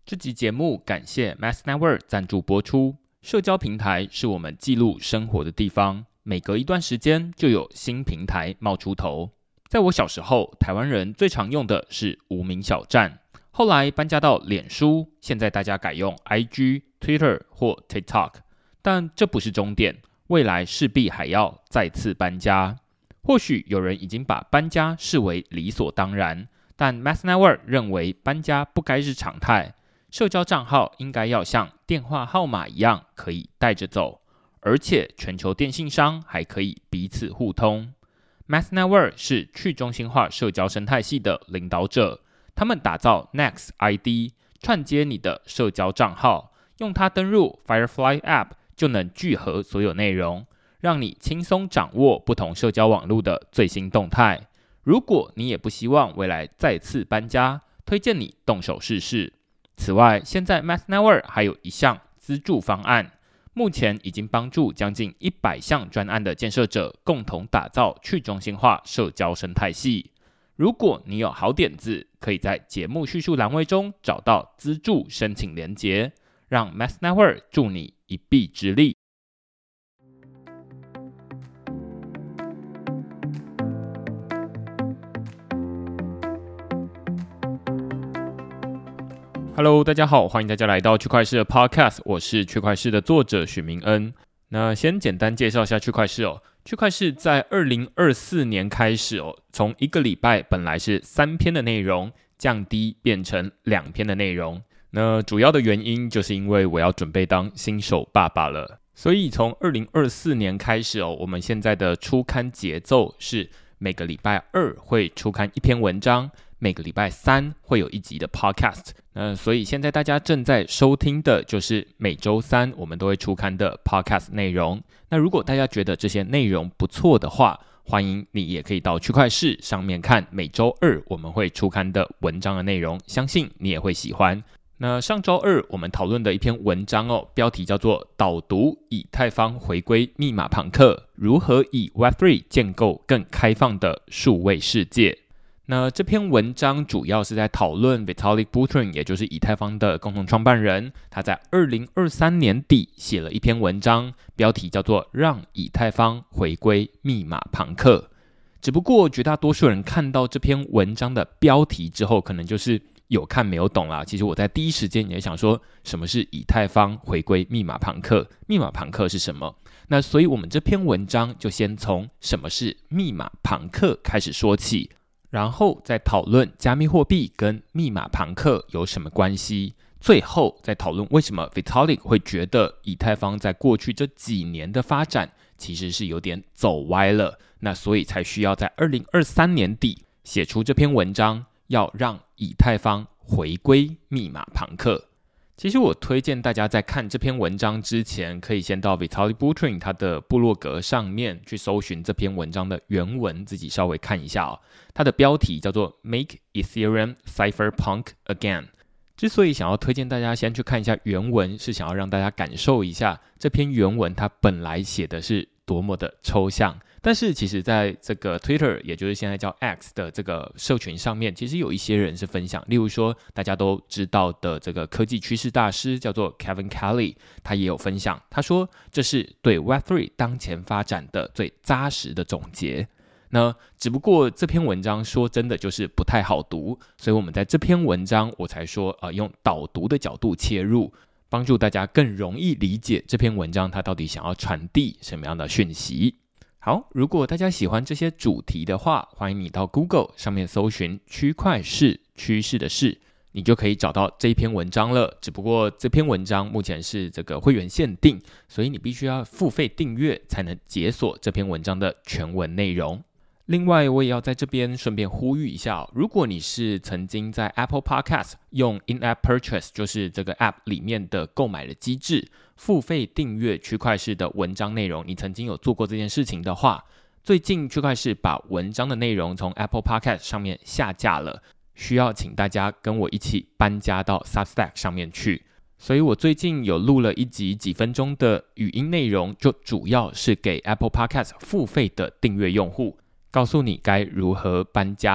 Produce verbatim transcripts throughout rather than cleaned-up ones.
这集节目感谢 Mass Network 赞助播出。社交平台是我们记录生活的地方，每隔一段时间就有新平台冒出头。在我小时候，台湾人最常用的是无名小站，后来搬家到脸书，现在大家改用 I G、Twitter 或 TikTok。但这不是终点，未来势必还要再次搬家。或许有人已经把搬家视为理所当然，但 Mass Network 认为搬家不该是常态。社交账号应该要像电话号码一样可以带着走，而且全球电信商还可以彼此互通。Mass Network 是去中心化社交生态系的领导者，他们打造 Next I D， 串接你的社交账号，用它登入 Firefly App 就能聚合所有内容，让你轻松掌握不同社交网络的最新动态。如果你也不希望未来再次搬家，推荐你动手试试。此外，现在 Mass Network 还有一项资助方案，目前已经帮助将近一百项专案的建设者共同打造去中心化社交生态系。如果你有好点子，可以在节目叙述栏位中找到资助申请连结，让 Mass Network 助你一臂之力。Hello， 大家好，欢迎大家来到区块市的 Podcast， 我是区块市的作者许明恩。那先简单介绍一下区块市哦。区块市在二零二四年开始哦，从一个礼拜本来是三篇的内容，降低变成两篇的内容。那主要的原因就是因为我要准备当新手爸爸了，所以从二零二四年开始哦，我们现在的出刊节奏是每个礼拜二会出刊一篇文章，每个礼拜三会有一集的 podcast。那所以现在大家正在收听的就是每周三我们都会出刊的 podcast 内容。那如果大家觉得这些内容不错的话，欢迎你也可以到区块市上面看每周二我们会出刊的文章的内容，相信你也会喜欢。那上周二我们讨论的一篇文章哦，标题叫做导读以太坊回归密码朋克，如何以 Web 三 建构更开放的数位世界。那这篇文章主要是在讨论 Vitalik Buterin， 也就是以太坊的共同创办人，他在二零二三年底写了一篇文章，标题叫做让以太坊回归密码朋克。只不过绝大多数人看到这篇文章的标题之后，可能就是有看没有懂啦。其实我在第一时间也想说，什么是以太坊回归密码朋克？密码朋克是什么？那所以我们这篇文章就先从什么是密码朋克开始说起，然后再讨论加密货币跟密码朋克有什么关系，最后再讨论为什么 Vitalik 会觉得以太坊在过去这几年的发展其实是有点走歪了，那所以才需要在二零二三年底写出这篇文章，要让以太坊回归密码朋克。其实我推荐大家在看这篇文章之前，可以先到 Vitalik Buterin 他的部落格上面去搜寻这篇文章的原文，自己稍微看一下哦。它的标题叫做 Make Ethereum Cypherpunk Again。之所以想要推荐大家先去看一下原文，是想要让大家感受一下这篇原文它本来写的是多么的抽象。但是其实在这个 Twitter， 也就是现在叫 X 的这个社群上面，其实有一些人是分享，例如说大家都知道的这个科技趋势大师叫做 Kevin Kelly， 他也有分享，他说这是对 Web 三 当前发展的最扎实的总结。那只不过这篇文章说真的就是不太好读，所以我们在这篇文章我才说呃，用导读的角度切入，帮助大家更容易理解这篇文章它到底想要传递什么样的讯息。好，如果大家喜欢这些主题的话，欢迎你到 Google 上面搜寻区块市，趋势的市，你就可以找到这一篇文章了。只不过这篇文章目前是这个会员限定，所以你必须要付费订阅才能解锁这篇文章的全文内容。另外，我也要在这边顺便呼吁一下哦，如果你是曾经在 Apple Podcast 用 In-App Purchase， 就是这个 App 里面的购买的机制，付费订阅区块市的文章内容，你曾经有做过这件事情的话，最近区块市把文章的内容从 Apple Podcast 上面下架了，需要请大家跟我一起搬家到 Substack 上面去。所以我最近有录了一集几分钟的语音内容，就主要是给 Apple Podcast 付费的订阅用户，告诉你该如何搬家。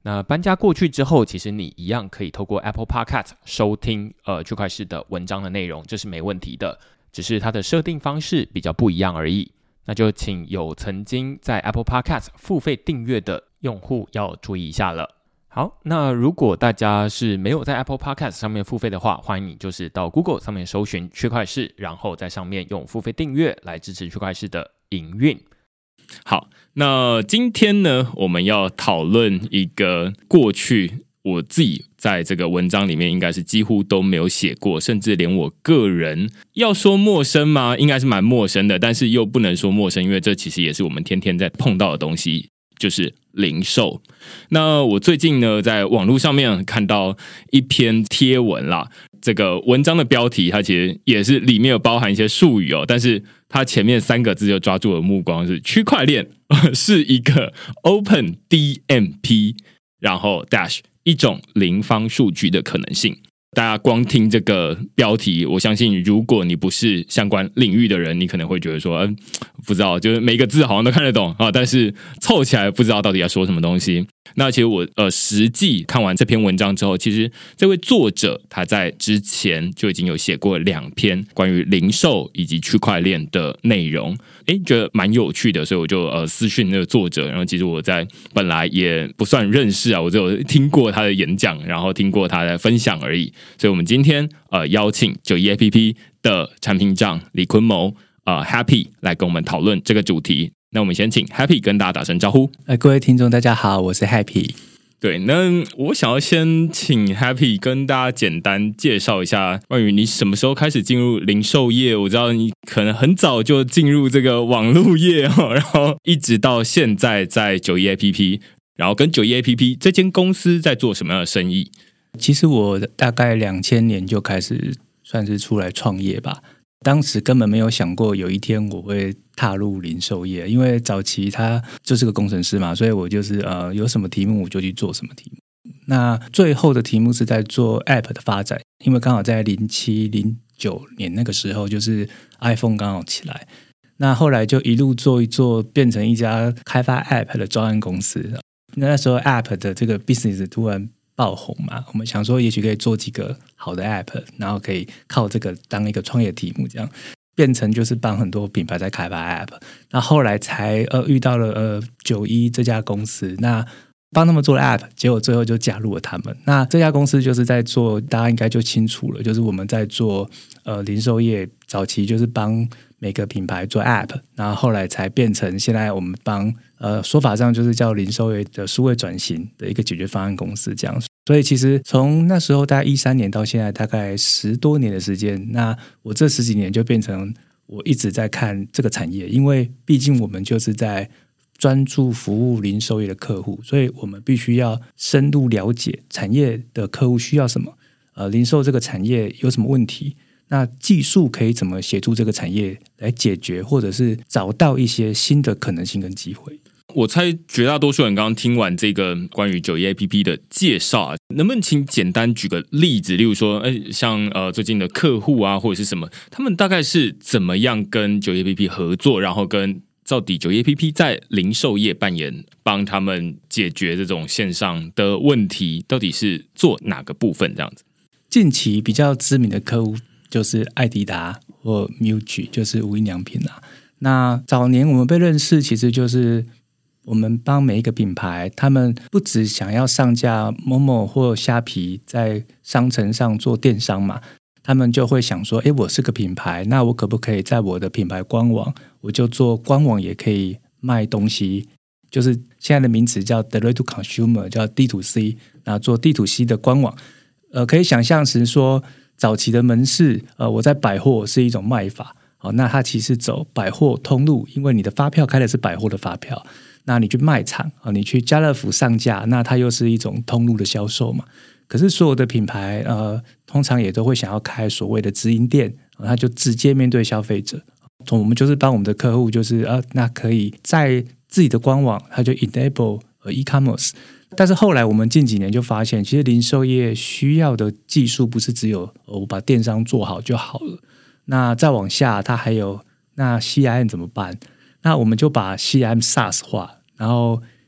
那搬家过去之后，其实你一样可以透过 Apple Podcast 收听呃区块市的文章的内容，这是没问题的，只是它的设定方式比较不一样而已。那就请有曾经在 Apple Podcast 付费订阅的用户要注意一下了。好，那如果大家是没有在 Apple Podcast 上面付费的话，欢迎你就是到 Google 上面搜寻区块市，然后在上面用付费订阅来支持区块市的营运。 好，那今天呢，我们要讨论一个过去我自己在这个文章里面应该是几乎都没有写过，甚至连我个人要说陌生吗？应该是蛮陌生的，但是又不能说陌生，因为这其实也是我们天天在碰到的东西，就是零售。那我最近呢，在网络上面看到一篇贴文啦，这个文章的标题它其实也是里面有包含一些术语哦，但是它前面三个字就抓住了目光，是区块链是一个 Open D M P， 然后 Dash 一种零方数据的可能性。大家光听这个标题，我相信如果你不是相关领域的人，你可能会觉得说、呃、不知道，就是每个字好像都看得懂啊，但是凑起来不知道到底要说什么东西。那其实我呃实际看完这篇文章之后，其实这位作者他在之前就已经有写过两篇关于零售以及区块链的内容，诶，觉得蛮有趣的，所以我就呃私讯那个作者。然后其实我在本来也不算认识啊，我只有听过他的演讲，然后听过他的分享而已。所以我们今天呃邀请九一 A P P 的产品长李坤谋呃 Happy 来跟我们讨论这个主题。那我们先请 Happy 跟大家打声招呼。 呃，各位听众大家好，我是 Happy。 对，那我想要先请 Happy 跟大家简单介绍一下关于你什么时候开始进入零售业。我知道你可能很早就进入这个网络业、哦、然后一直到现在在九一 A P P， 然后跟九一 A P P 这间公司在做什么样的生意。 其实我大概两千年就开始算是出来创业吧，当时根本没有想过有一天我会踏入零售业，因为早期他就是个工程师嘛，所以我就是呃有什么题目我就去做什么题目。那最后的题目是在做 App 的发展，因为刚好在零七零九年那个时候，就是 iPhone 刚好起来，那后来就一路做一做，变成一家开发 App 的专案公司。那时候 App 的这个 business 突然爆红嘛，我们想说也许可以做几个好的 App， 然后可以靠这个当一个创业题目，这样变成就是帮很多品牌在开发 App。 那后来才呃遇到了呃九一这家公司，那帮他们做了 App， 结果最后就加入了他们。那这家公司就是在做，大家应该就清楚了，就是我们在做呃零售业，早期就是帮每个品牌做 App， 然后后来才变成现在我们帮呃说法上就是叫零售业的数位转型的一个解决方案公司这样。所以其实从那时候大概一三年到现在大概十多年的时间，那我这十几年就变成我一直在看这个产业，因为毕竟我们就是在专注服务零售业的客户，所以我们必须要深入了解产业的客户需要什么，呃，零售这个产业有什么问题，那技术可以怎么协助这个产业来解决，或者是找到一些新的可能性跟机会。 我猜绝大多数人刚刚听完这个关于九一 A P P 的介绍啊，能不能请简单举个例子，例如说，哎，像呃最近的客户啊，或者是什么，他们大概是怎么样跟九一 A P P 合作，然后跟到底九一 A P P 在零售业扮演帮他们解决这种线上的问题，到底是做哪个部分这样子？ 近期比较知名的客户就是艾迪达或 M U J， 就是无印良品啊。那早年我们被认识，其实就是我们帮每一个品牌，他们不只想要上架 Momo 或虾皮在商城上做电商嘛，他们就会想说，诶，我是个品牌，那我可不可以在我的品牌官网，我就做官网也可以卖东西，就是现在的名词叫 Direct to Consumer， 叫 D to C， 然后做 D to C 的官网。呃，可以想象是说早期的门市，呃，我在百货是一种卖法，好，那它其实走百货通路，因为你的发票开的是百货的发票，那你去卖场，你去家乐福上架，那它又是一种通路的销售嘛。可是所有的品牌呃，通常也都会想要开所谓的直营店，它就直接面对消费者。我们就是帮我们的客户，就是呃，那可以在自己的官网，它就 enable e-commerce。但是后来我们近几年就发现，其实零售业需要的技术不是只有我把电商做好就好了。那再往下，它还有那 C I M 怎么办？那我们就把 C I M SaaS 化，然后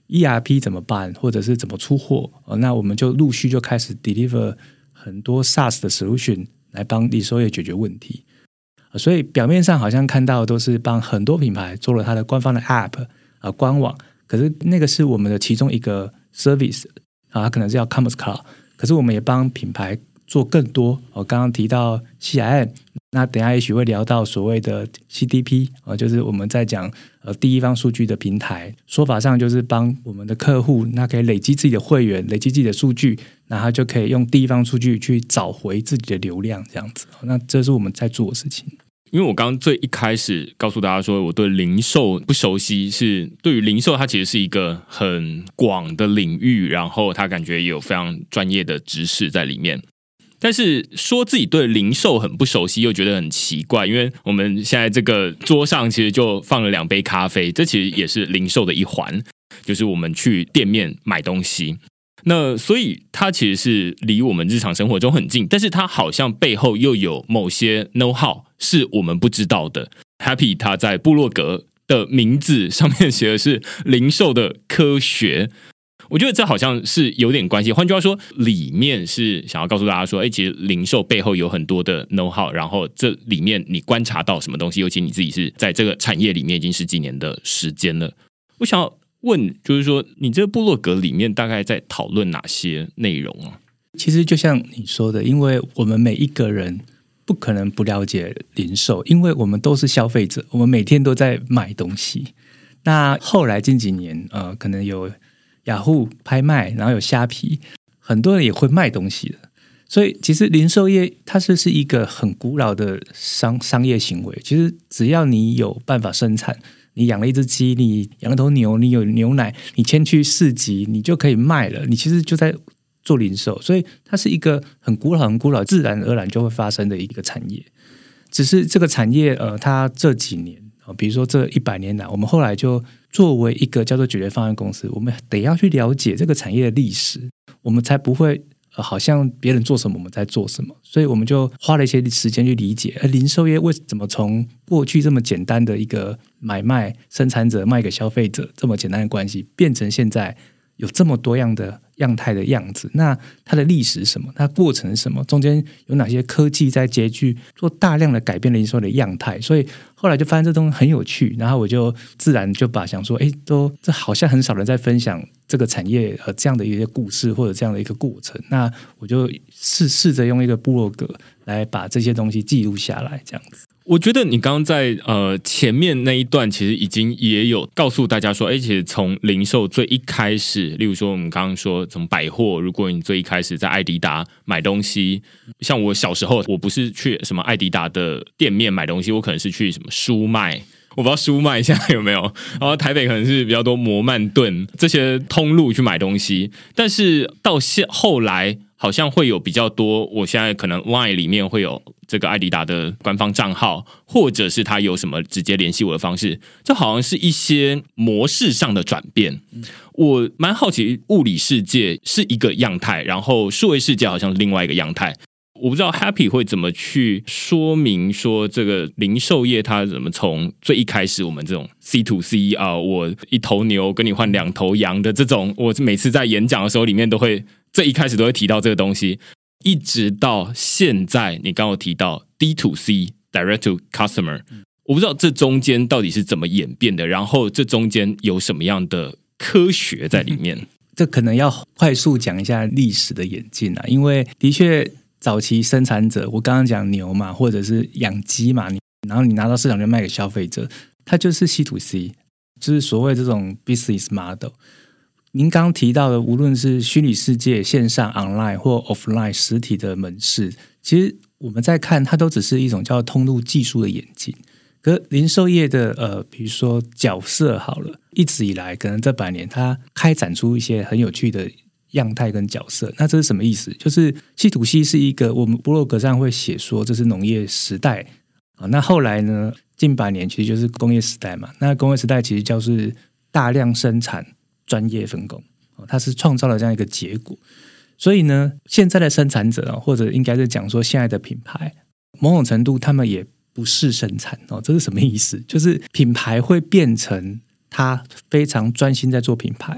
E R P 怎么办，或者是怎么出货、哦、那我们就陆续就开始 deliver 很多 SaaS 的 solution 来帮零售业解决问题。所以表面上好像看到都是帮很多品牌做了它的官方的 App、呃、官网，可是那个是我们的其中一个 service、啊、它可能是叫 Commerce Cloud， 可是我们也帮品牌做更多。我、哦、刚刚提到 C R M， 那等一下也许会聊到所谓的 C D P、哦、就是我们在讲呃第一方数据的平台，说法上就是帮我们的客户，那可以累积自己的会员，累积自己的数据，那他就可以用第一方数据去找回自己的流量，这样子。那这是我们在做的事情。 因为我刚刚最一开始告诉大家说我对零售不熟悉，是对于零售它其实是一个很广的领域，然后它感觉也有非常专业的知识在里面。但是说自己对零售很不熟悉又觉得很奇怪，因为我们现在这个桌上其实就放了两杯咖啡，这其实也是零售的一环，就是我们去店面买东西。那所以它其实是离我们日常生活中很近，但是它好像背后又有某些 know how 是我们不知道的。 Happy 他在部落格的名字上面写的是零售的科学，我觉得这好像是有点关系。换句话说，里面是想要告诉大家说，哎，其实零售背后有很多的 know how， 然后这里面你观察到什么东西，尤其你自己是在这个产业里面已经十几年的时间了。我想要问，就是说你这个部落格里面大概在讨论哪些内容啊？ 其实就像你说的，因为我们每一个人不可能不了解零售，因为我们都是消费者，我们每天都在买东西。那后来近几年呃，可能有雅虎拍卖，然后有虾皮，很多人也会卖东西的。所以其实零售业它是是一个很古老的商商业行为。其实只要你有办法生产，你养了一只鸡，你养了头牛，你有牛奶，你牵去市集，你就可以卖了，你其实就在做零售。所以它是一个很古老很古老自然而然就会发生的一个产业。只是这个产业呃，它这几年比如说这一百年来，我们后来就作为一个叫做解决方案公司，我们得要去了解这个产业的历史，我们才不会、呃、好像别人做什么我们在做什么。所以我们就花了一些时间去理解，而零售业为什么从过去这么简单的一个买卖生产者卖给消费者这么简单的关系，变成现在有这么多样的样态的样子。那它的历史是什么？它的过程是什么？中间有哪些科技在接具做大量的改变零售的样态？所以后来就发现这东西很有趣，然后我就自然就把想说，哎，都这好像很少人在分享这个产业呃这样的一些故事或者这样的一个过程。那我就试试着用一个部落格来把这些东西记录下来，这样子。 我觉得你刚刚在呃前面那一段其实已经也有告诉大家说，哎，其实从零售最一开始，例如说我们刚刚说从百货，如果你最一开始在艾迪达买东西，像我小时候我不是去什么艾迪达的店面买东西，我可能是去什么书卖，我不知道书卖现在有没有，然后台北可能是比较多摩曼顿这些通路去买东西，但是到现后来好像会有比较多，我现在可能 Line 里面会有这个艾迪达的官方账号，或者是他有什么直接联系我的方式，这好像是一些模式上的转变。我蛮好奇，物理世界是一个样态，然后数位世界好像是另外一个样态。我不知道 Happy 会怎么去说明说这个零售业它怎么从最一开始我们这种 C to C 啊，我一头牛跟你换两头羊的这种，我每次在演讲的时候里面都会最一开始都会提到这个东西，一直到现在你刚刚有提到 D to C Direct to Customer， 我不知道这中间到底是怎么演变的，然后这中间有什么样的科学在里面。 这可能要快速讲一下历史的演进啊，因为的确早期生产者，我刚刚讲牛嘛，或者是养鸡嘛，然后你拿到市场就卖给消费者，它就是 C to C， 就是所谓这种 business model。您刚刚提到的，无论是虚拟世界、线上 online 或 offline 实体的门市，其实我们在看它都只是一种叫通路技术的演进。可是零售业的呃，比如说角色好了，一直以来可能这百年它开展出一些很有趣的样态跟角色。那这是什么意思？就是 C to C 是一个我们部落格上会写说这是农业时代啊，那后来呢近百年其实就是工业时代嘛。那工业时代其实就是大量生产专业分工，它是创造了这样一个结果。所以呢现在的生产者或者应该是讲说现在的品牌，某种程度他们也不是生产，这是什么意思？就是品牌会变成他非常专心在做品牌，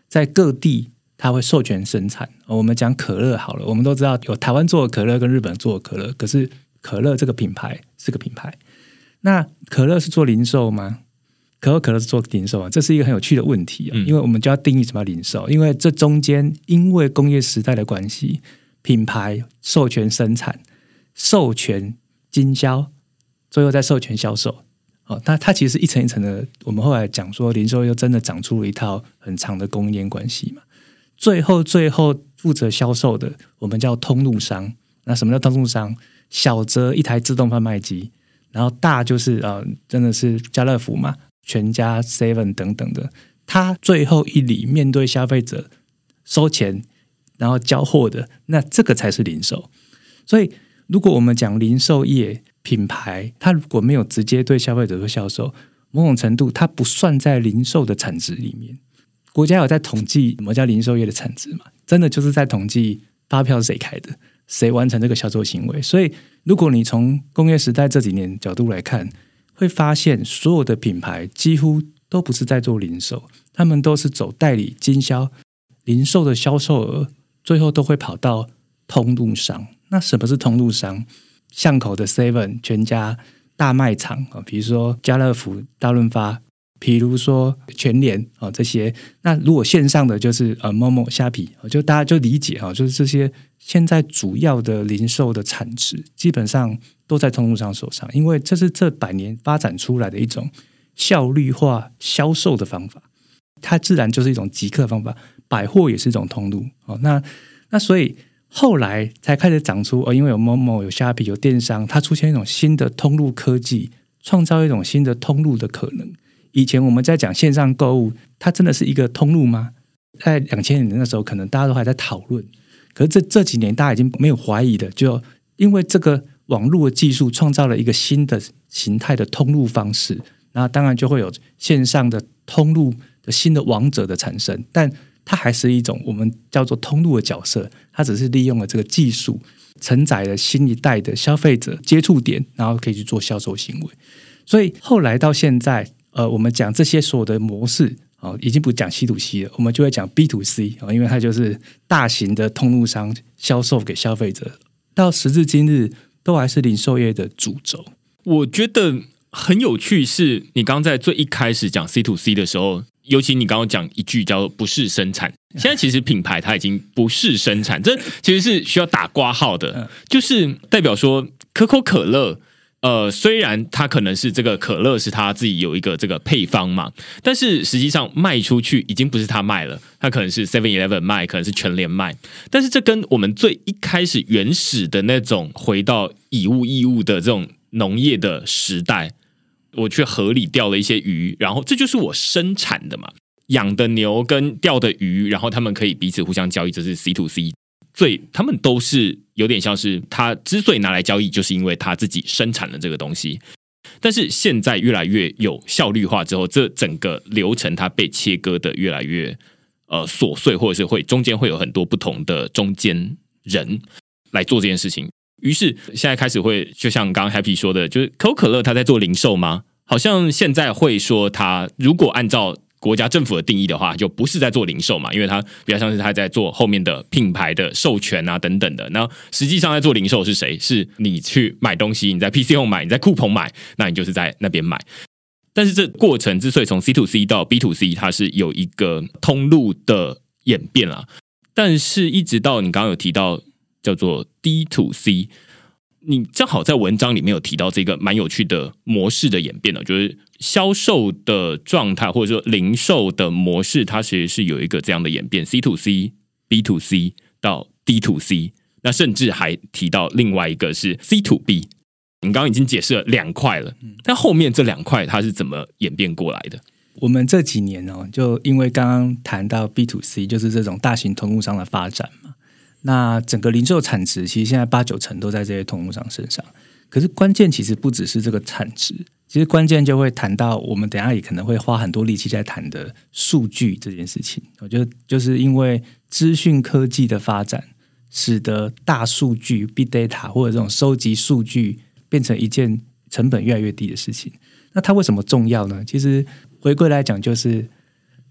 在各地它会授权生产。我们讲可乐好了，我们都知道有台湾做的可乐跟日本做的可乐，可是可乐这个品牌是个品牌，那可乐是做零售吗？可口可乐是做零售啊，这是一个很有趣的问题、啊嗯、因为我们就要定义什么零售，因为这中间因为工业时代的关系，品牌授权生产、授权经销，最后再授权销售。哦，它它其实是一层一层的。我们后来讲说，零售又真的长出了一套很长的供应链关系嘛。最后最后负责销售的，我们叫通路商。那什么叫通路商？小则一台自动贩卖机，然后大就是呃，真的是家乐福嘛、全家、seven 等等的。它最后一里面对消费者收钱，然后交货的，那这个才是零售。所以，如果我们讲零售业品牌，它如果没有直接对消费者做销售，某种程度它不算在零售的产值里面。国家有在统计什么叫零售业的产值嘛？真的就是在统计发票是谁开的，谁完成这个销售行为。所以，如果你从工业时代这几年角度来看，会发现所有的品牌几乎都不是在做零售，他们都是走代理经销，零售的销售额最后都会跑到通路商。那什么是通路商？巷口的 seven、全家、大卖场，比如说家乐福、大润发，比如说全联这些。那如果线上的就是呃 Momo、虾皮，就大家就理解，就是这些现在主要的零售的产值基本上都在通路商手上，因为这是这百年发展出来的一种效率化销售的方法，它自然就是一种即刻方法。百货也是一种通路，那那所以后来才开始长出，因为有 Momo、有虾皮、有电商，它出现一种新的通路科技，创造一种新的通路的可能。以前我们在讲线上购物，它真的是一个通路吗？在两千年的时候，可能大家都还在讨论。可是这这几年，大家已经没有怀疑的，就因为这个网络的技术创造了一个新的形态的通路方式，那当然就会有线上的通路的新的王者的产生，但它还是一种我们叫做通路的角色，它只是利用了这个技术，承载了新一代的消费者接触点，然后可以去做销售行为。所以后来到现在，呃，我们讲这些所有的模式，哦，已经不讲 C to C 了，我们就会讲 B to C，哦，因为它就是大型的通路商销售给消费者，到时至今日都还是零售业的主轴。 我觉得很有趣是，你刚刚在最一开始讲 C to C 的时候，尤其你刚刚讲一句叫做不是生产，现在其实品牌它已经不是生产，这其实是需要打括号的，就是代表说可口可乐呃，虽然它可能是这个可乐是它自己有一个这个配方嘛，但是实际上卖出去已经不是它卖了，它可能是 seven eleven 卖，可能是全联卖，但是这跟我们最一开始原始的那种回到以物易物的这种农业的时代，我去河里钓了一些鱼，然后这就是我生产的嘛，养的牛跟钓的鱼，然后他们可以彼此互相交易，这是 C to C。所以他们都是有点像是他之所以拿来交易，就是因为他自己生产了这个东西。但是现在越来越有效率化之后，这整个流程它被切割的越来越呃琐碎，或者是会中间会有很多不同的中间人来做这件事情。于是现在开始会就像刚刚 Happy 说的，就是可口可乐它在做零售吗？好像现在会说它如果按照国家政府的定义的话，就不是在做零售嘛，因为它比较像是它在做后面的品牌的授权啊等等的。那实际上在做零售是谁？是你去买东西，你在 P C Home 买，你在酷澎买，那你就是在那边买。但是这过程之所以从 C to C 到 B to C， 它是有一个通路的演变啦。但是一直到你刚刚有提到叫做 D to C， 你正好在文章里面有提到这个蛮有趣的模式的演变了，就是销售的状态或者说零售的模式，它其实是有一个这样的演变 C to C、B to C 到 D to C， 那甚至还提到另外一个是 C to B。 你刚刚已经解释了两块了，但后面这两块它是怎么演变过来的？ 我们这几年哦，就因为刚刚谈到 B to C， 就是这种大型通路商的发展嘛，那整个零售产值其实现在八九成都在这些通路商身上。可是关键其实不只是这个产值，其实关键就会谈到我们等一下也可能会花很多力气在谈的数据这件事情。我觉得就是因为资讯科技的发展，使得大数据 Big Data 或者这种收集数据变成一件成本越来越低的事情。那它为什么重要呢？其实回归来讲，就是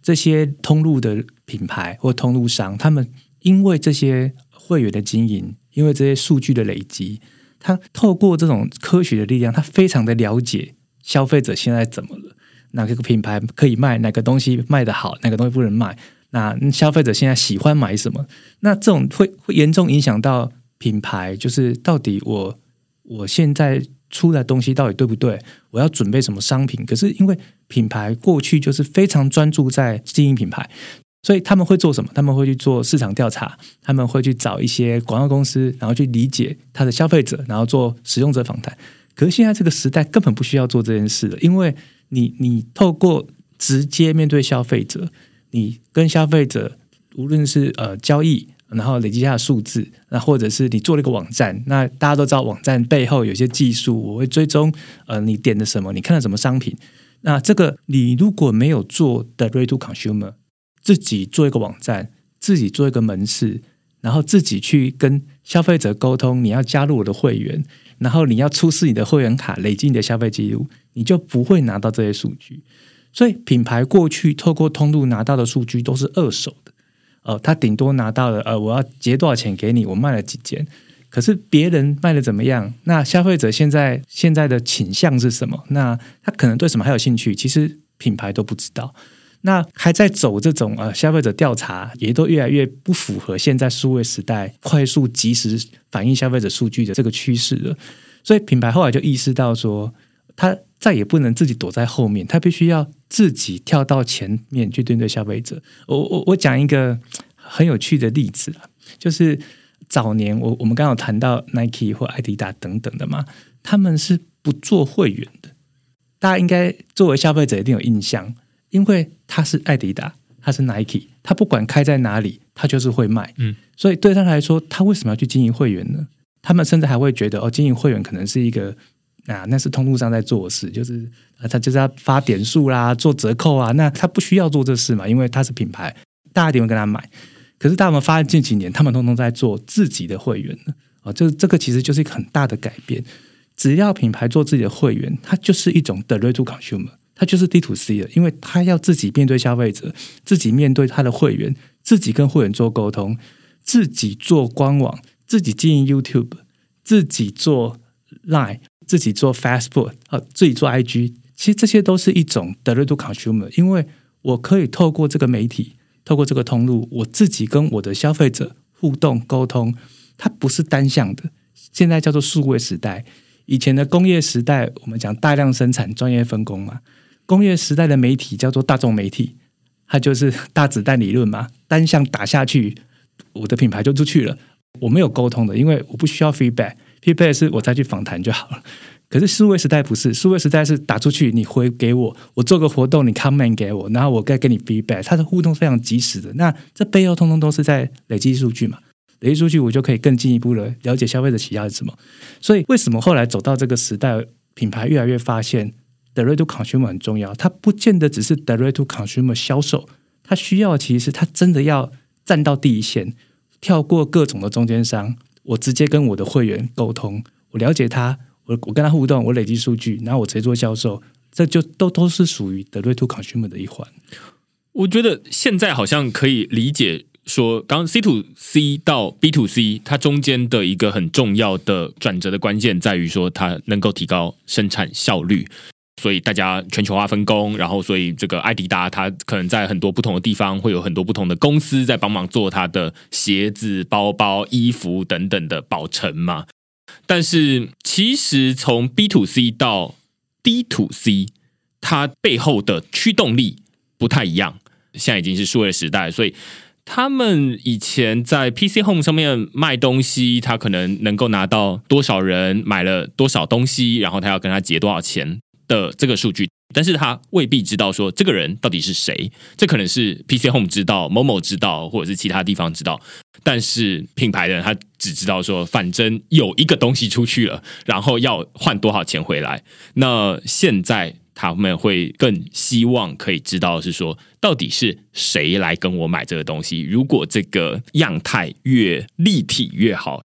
这些通路的品牌或通路商，他们因为这些会员的经营，因为这些数据的累积，他透过这种科学的力量，他非常的了解消费者现在怎么了，哪个品牌可以卖，哪个东西卖得好，哪个东西不能卖，那消费者现在喜欢买什么，那这种会会严重影响到品牌，就是到底我我现在出的东西到底对不对，我要准备什么商品。可是因为品牌过去就是非常专注在经营品牌，所以他们会做什么？他们会去做市场调查，他们会去找一些广告公司，然后去理解他的消费者，然后做使用者访谈。可是现在这个时代根本不需要做这件事了，因为你你透过直接面对消费者，你跟消费者无论是呃交易，然后累积下的数字，那或者是你做了一个网站，那大家都知道网站背后有些技术，我会追踪呃你点的什么，你看了什么商品。那这个你如果没有做 direct to consumer， 自己做一个网站，自己做一个门市，然后自己去跟消费者沟通，你要加入我的会员，然后你要出示你的会员卡，累积你的消费记录，你就不会拿到这些数据。所以品牌过去透过通路拿到的数据都是二手的，呃，他顶多拿到了呃，我要结多少钱给你，我卖了几件，可是别人卖的怎么样？那消费者现在现在的倾向是什么？那他可能对什么还有兴趣？其实品牌都不知道。那还在走这种呃消费者调查，也都越来越不符合现在数位时代快速及时反映消费者数据的这个趋势了。所以品牌后来就意识到说，他再也不能自己躲在后面，他必须要自己跳到前面去对对消费者。我我我讲一个很有趣的例子，就是早年我我们刚刚有谈到 Nike 或艾迪达等等的嘛，他们是不做会员的。大家应该作为消费者一定有印象，因为他是艾迪达，他是 Nike， 他不管开在哪里，他就是会卖。嗯，所以对他来说，他为什么要去经营会员呢？他们甚至还会觉得，哦，经营会员可能是一个啊，那是通路上在做的事，就是他就是要发点数啦，做折扣啊，那他不需要做这事嘛，因为他是品牌，大家一定会跟他买。可是大家有发现近几年，他们通通在做自己的会员了啊，这这个其实就是一个很大的改变。只要品牌做自己的会员，它就是一种 direct to consumer， 它就是 D to C 了，因为他要自己面对消费者，自己面对他的会员，自己跟会员做沟通，自己做官网，自己经营 YouTube， 自己做 Line， 自己做 Facebook， 自己做 I G， 其实这些都是一种 direct to consumer， 因为我可以透过这个媒体，透过这个通路，我自己跟我的消费者互动沟通，它不是单向的。现在叫做数位时代，以前的工业时代，我们讲大量生产、专业分工嘛。工业时代的媒体叫做大众媒体，它就是大子弹理论嘛，单向打下去，我的品牌就出去了。我没有沟通的，因为我不需要 feedback，feedback 是我再去访谈就好了。可是数位时代不是，数位时代是打出去，你回给我，我做个活动，你 comment 给我，然后我再给你 feedback， 它的互动非常及时的。那这背后通通都是在累积数据嘛，累积数据我就可以更进一步的了解消费者喜好是什么。所以为什么后来走到这个时代，品牌越来越发现 direct to consumer 很重要，它不见得只是 direct to consumer 销售，它需要其实是它真的要站到第一线，跳过各种的中间商，我直接跟我的会员沟通，我了解他，我我跟他互动，我累积数据，然后我直接做销售，这就都都是属于 direct to consumer 的一环。 我觉得现在好像可以理解说，刚刚 C to C 到 B to C， 它中间的一个很重要的转折的关键在于说，它能够提高生产效率。所以大家全球化分工，然后所以这个艾迪达它可能在很多不同的地方会有很多不同的公司在帮忙做它的鞋子、包包、衣服等等的保存嘛。但是其实从 B to C 到 D to C， 它背后的驱动力不太一样。现在已经是数位时代，所以他们以前在 P C Home 上面卖东西，他可能能够拿到多少人买了多少东西，然后他要跟他结多少钱的这个数据，但是他未必知道说这个人到底是谁。这可能是 P C Home 知道，某某知道，或者是其他地方知道，但是品牌的人他只知道说反正有一个东西出去了，然后要换多少钱回来。那现在他们会更希望可以知道的是说，到底是谁来跟我买这个东西。如果这个样态越立体越好，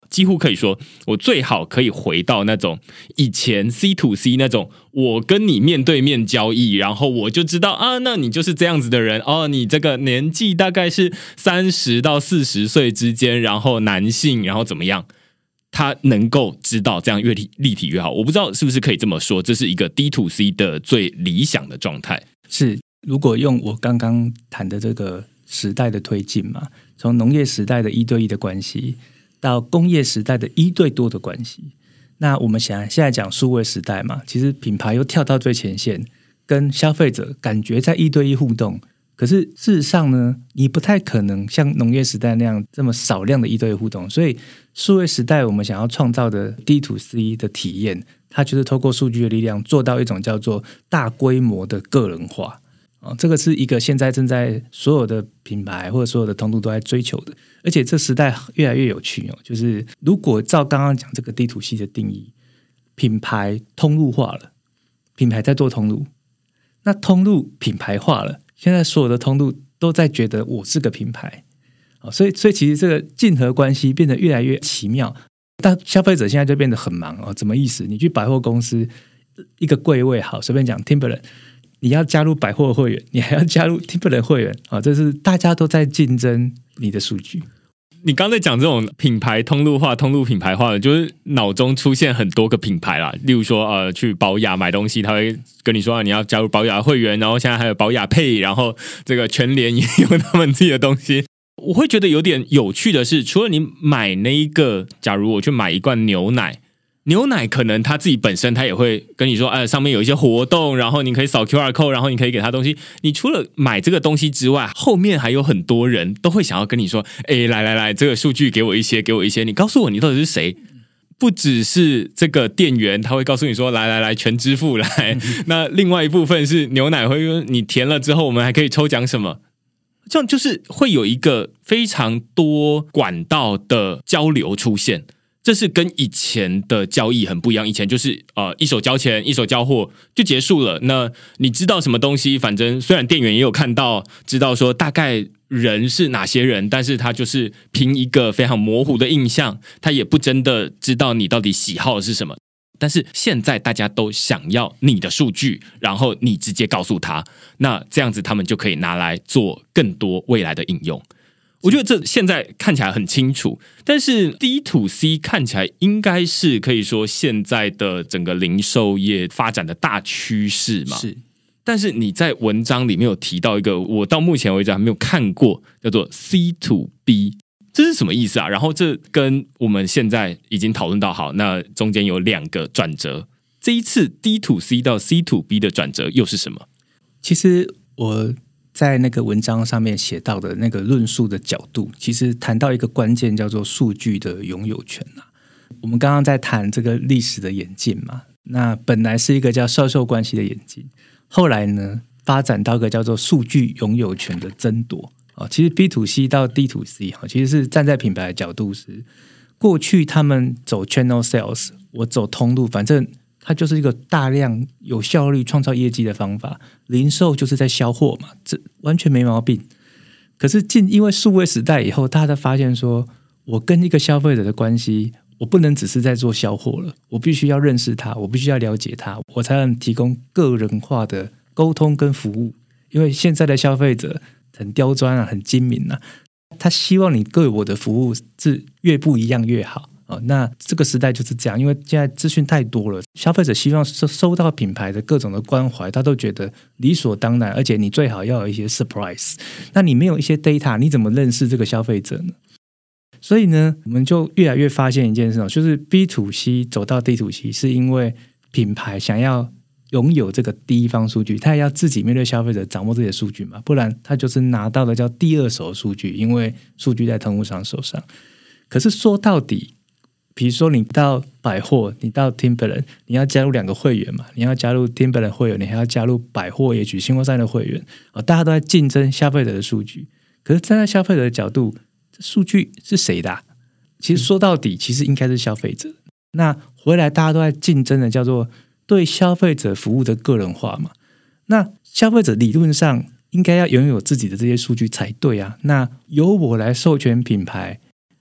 几乎可以说我最好可以回到那种以前 C to C 那种我跟你面对面交易，然后我就知道啊，那你就是这样子的人哦，你这个年纪大概是三十到四十岁之间，然后男性，然后怎么样，他能够知道这样越立体越好。我不知道是不是可以这么说，这是一个 D to C 的最理想的状态。 是，如果用我刚刚谈的这个时代的推进嘛，从农业时代的一对一的关系到工业时代的一对多的关系，那我们想现在讲数位时代嘛，其实品牌又跳到最前线，跟消费者感觉在一对一互动。可是事实上呢，你不太可能像农业时代那样这么少量的一对一互动，所以数位时代我们想要创造的 D to C 的体验，它就是透过数据的力量做到一种叫做大规模的个人化。哦，这个是一个现在正在所有的品牌或者所有的通路都在追求的，而且这时代越来越有趣哦。就是如果照刚刚讲这个 D to C 的定义，品牌通路化了，品牌在做通路，那通路品牌化了，现在所有的通路都在觉得我是个品牌，哦，所以所以其实这个竞合关系变得越来越奇妙。但消费者现在就变得很忙哦，怎么意思？你去百货公司一个柜位，好，随便讲 Timberland。你要加入百货会员，你还要加入 Timberland 会员，哦，这是大家都在竞争你的数据。 你刚才讲这种品牌通路化、通路品牌化的，就是脑中出现很多个品牌啦。例如说，呃，去宝雅买东西，他会跟你说，啊，你要加入宝雅会员，然后现在还有宝雅 Pay， 然后这个全联也有他们自己的东西。我会觉得有点有趣的是，除了你买那一个，假如我去买一罐牛奶。牛奶可能他自己本身他也会跟你说，哎，上面有一些活动，然后你可以扫 Q R code， 然后你可以给他东西。你除了买这个东西之外，后面还有很多人都会想要跟你说，哎，来来来，这个数据给我一些，给我一些，你告诉我你到底是谁。不只是这个店员，他会告诉你说，来来来，全支付来。那另外一部分是牛奶会说，你填了之后，我们还可以抽奖什么。这样就是会有一个非常多管道的交流出现。这是跟以前的交易很不一样，以前就是呃一手交钱一手交货就结束了。那你知道什么东西，反正虽然店员也有看到，知道说大概人是哪些人，但是他就是凭一个非常模糊的印象，他也不真的知道你到底喜好是什么。但是现在大家都想要你的数据，然后你直接告诉他，那这样子他们就可以拿来做更多未来的应用。我觉得这现在看起来很清楚，但是 D to C 看起来应该是可以说现在的整个零售业发展的大趋势嘛。 是， 但是你在文章里面有提到一个我到目前为止还没有看过，叫做 C to B， 这是什么意思啊？然后这跟我们现在已经讨论到，好，那中间有两个转折，这一次 D to C 到 C to B 的转折又是什么？ 其实我在那个文章上面写到的那个论述的角度，其实谈到一个关键叫做数据的拥有权啊。我们刚刚在谈这个历史的演进嘛，那本来是一个叫销售关系的演进，后来呢发展到一个叫做数据拥有权的争夺。其实 B to C 到 D to C 其实是站在品牌的角度，是过去他们走 channel sales， 我走通路，反正它就是一个大量有效率创造业绩的方法，零售就是在销货嘛，这完全没毛病。可是进因为数位时代以后，大家发现说，我跟一个消费者的关系，我不能只是在做销货了，我必须要认识他，我必须要了解他，我才能提供个人化的沟通跟服务。因为现在的消费者很刁钻啊，很精明啊，他希望你对我的服务是越不一样越好。哦，那这个时代就是这样，因为现在资讯太多了，消费者希望收到品牌的各种的关怀，他都觉得理所当然，而且你最好要有一些 surprise。那你没有一些 data， 你怎么认识这个消费者呢？所以呢，我们就越来越发现一件事，就是 B to C 走到 D to C， 是因为品牌想要拥有这个第一方数据，他也要自己面对消费者掌握这些数据嘛，不然他就是拿到的叫第二手数据，因为数据在通路商手上。可是说到底，比如说你到百货，你到 Timberland， 你要加入两个会员嘛，你要加入 Timberland 会员，你还要加入百货也许新货山的会员，哦，大家都在竞争消费者的数据。可是站在消费者的角度，这数据是谁的啊？其实说到底，其实应该是消费者。那回来大家都在竞争的叫做对消费者服务的个人化嘛。那消费者理论上应该要拥有自己的这些数据才对啊。那由我来授权品牌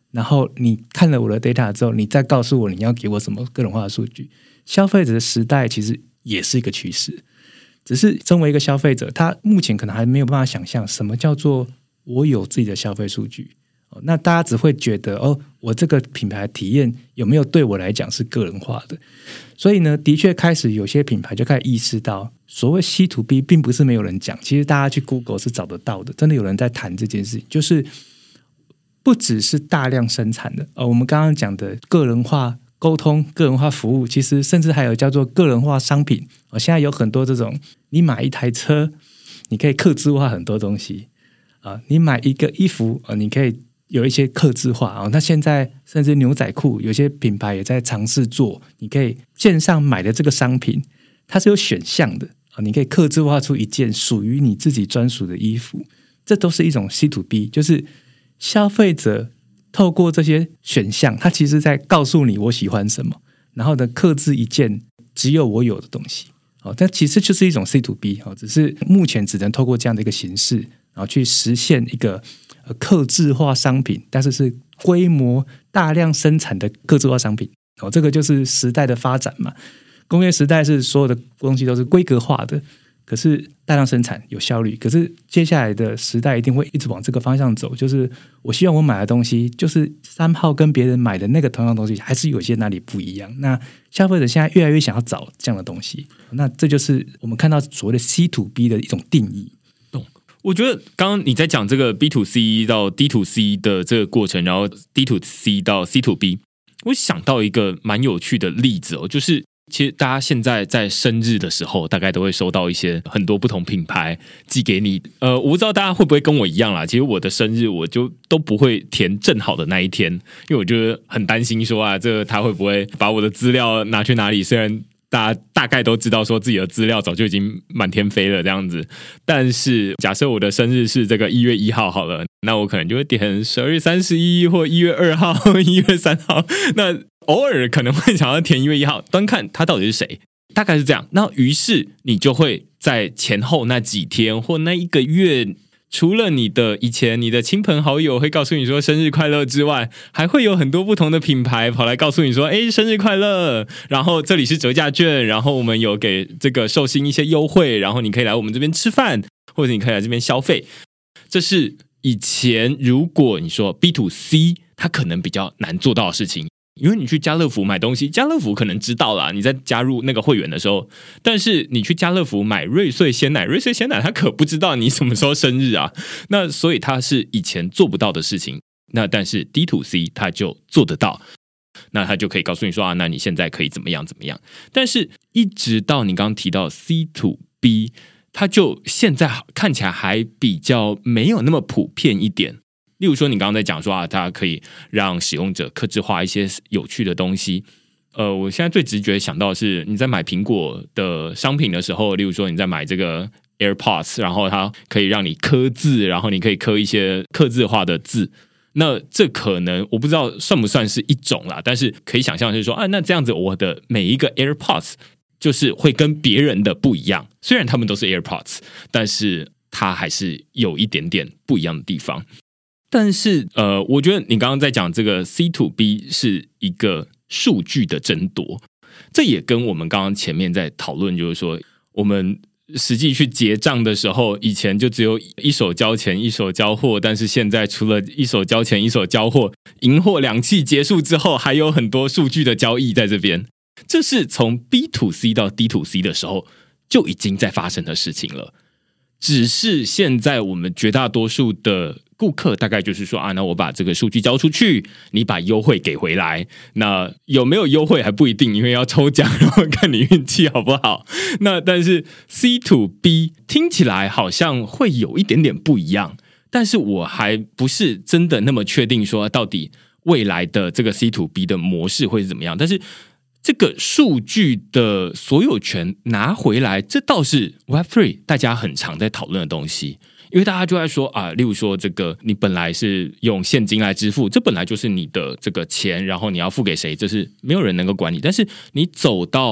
然后你看了我的 data 之后，你再告诉我你要给我什么个人化的数据。消费者的时代其实也是一个趋势，只是身为一个消费者，他目前可能还没有办法想象什么叫做我有自己的消费数据。那大家只会觉得哦，我这个品牌体验有没有对我来讲是个人化的？所以呢，的确开始有些品牌就开始意识到，所谓 C to B 并不是没有人讲，其实大家去 Google 是找得到的，真的有人在谈这件事情，就是不只是大量生产的，呃，我们刚刚讲的个人化沟通、个人化服务，其实甚至还有叫做个人化商品。呃、现在有很多这种，你买一台车，你可以客制化很多东西啊、呃，你买一个衣服，呃，你可以有一些客制化啊。那现在甚至牛仔裤，有些品牌也在尝试做，你可以线上买的这个商品，它是有选项的啊，你可以客制化出一件属于你自己专属的衣服，这都是一种 C to B， 就是消费者透过这些选项，他其实在告诉你我喜欢什么，然后呢，客制一件只有我有的东西。哦，但其实就是一种 C to B， 哦，只是目前只能透过这样的一个形式，然后去实现一个呃客制化商品，但是是规模大量生产的客制化商品。哦，这个就是时代的发展嘛。工业时代是所有的东西都是规格化的，可是大量生产有效率，可是接下来的时代一定会一直往这个方向走，就是我希望我买的东西就是三号跟别人买的那个同样的东西还是有些哪里不一样，那消费者现在越来越想要找这样的东西，那这就是我们看到所谓的 C to B 的一种定义。 我觉得刚刚你在讲这个 B to C 到 D to C 的这个过程，然后 D to C 到 C to B， 我想到一个蛮有趣的例子哦，就是其实大家现在在生日的时候，大概都会收到一些很多不同品牌寄给你。呃，我不知道大家会不会跟我一样啦。其实我的生日我就都不会填正好的那一天，因为我就很担心说啊，这个他会不会把我的资料拿去哪里？虽然大家大概都知道说自己的资料早就已经满天飞了这样子，但是假设我的生日是这个一月一号好了，那我可能就会点十二月三十一或一月二号、一月三号，那偶尔可能会想要填一月一号，端看他到底是谁，大概是这样。那于是你就会在前后那几天或那一个月，除了你的以前你的亲朋好友会告诉你说生日快乐之外，还会有很多不同的品牌跑来告诉你说，哎，生日快乐，然后这里是折价券，然后我们有给这个寿星一些优惠，然后你可以来我们这边吃饭，或者你可以来这边消费。这是以前如果你说 B to C 它可能比较难做到的事情，因为你去家乐福买东西，家乐福可能知道啦，你在加入那个会员的时候，但是你去家乐福买瑞穗鲜奶，瑞穗鲜奶他可不知道你什么时候生日啊，那所以它是以前做不到的事情。那但是 D to C 它就做得到，那他就可以告诉你说啊，那你现在可以怎么样怎么样。但是一直到你刚刚提到 C to B， 它就现在看起来还比较没有那么普遍一点。例如说你刚刚在讲说啊，它可以让使用者客制化一些有趣的东西。呃，我现在最直觉想到的是你在买苹果的商品的时候，例如说你在买这个 AirPods， 然后它可以让你刻字，然后你可以刻一些客制化的字。那这可能我不知道算不算是一种啦，但是可以想象是说啊，那这样子我的每一个 AirPods 就是会跟别人的不一样，虽然他们都是 AirPods， 但是它还是有一点点不一样的地方。但是呃，我觉得你刚刚在讲这个 C to B 是一个数据的争夺，这也跟我们刚刚前面在讨论，就是说我们实际去结账的时候，以前就只有一手交钱一手交货，但是现在除了一手交钱一手交货，银货两讫结束之后，还有很多数据的交易在这边。这是从 B to C 到 D to C 的时候就已经在发生的事情了，只是现在我们绝大多数的顾客大概就是说啊，那我把这个数据交出去，你把优惠给回来。那有没有优惠还不一定，因为要抽奖，然后看你运气好不好。那但是 C to B 听起来好像会有一点点不一样，但是我还不是真的那么确定说到底未来的这个 C to B 的模式会是怎么样。但是这个数据的所有权拿回来，这倒是 Web 三 大家很常在讨论的东西。因为大家就在说啊，例如说这个你本来是用现金来支付，这本来就是你的这个钱，然后你要付给谁，这是没有人能够管你。但是你走到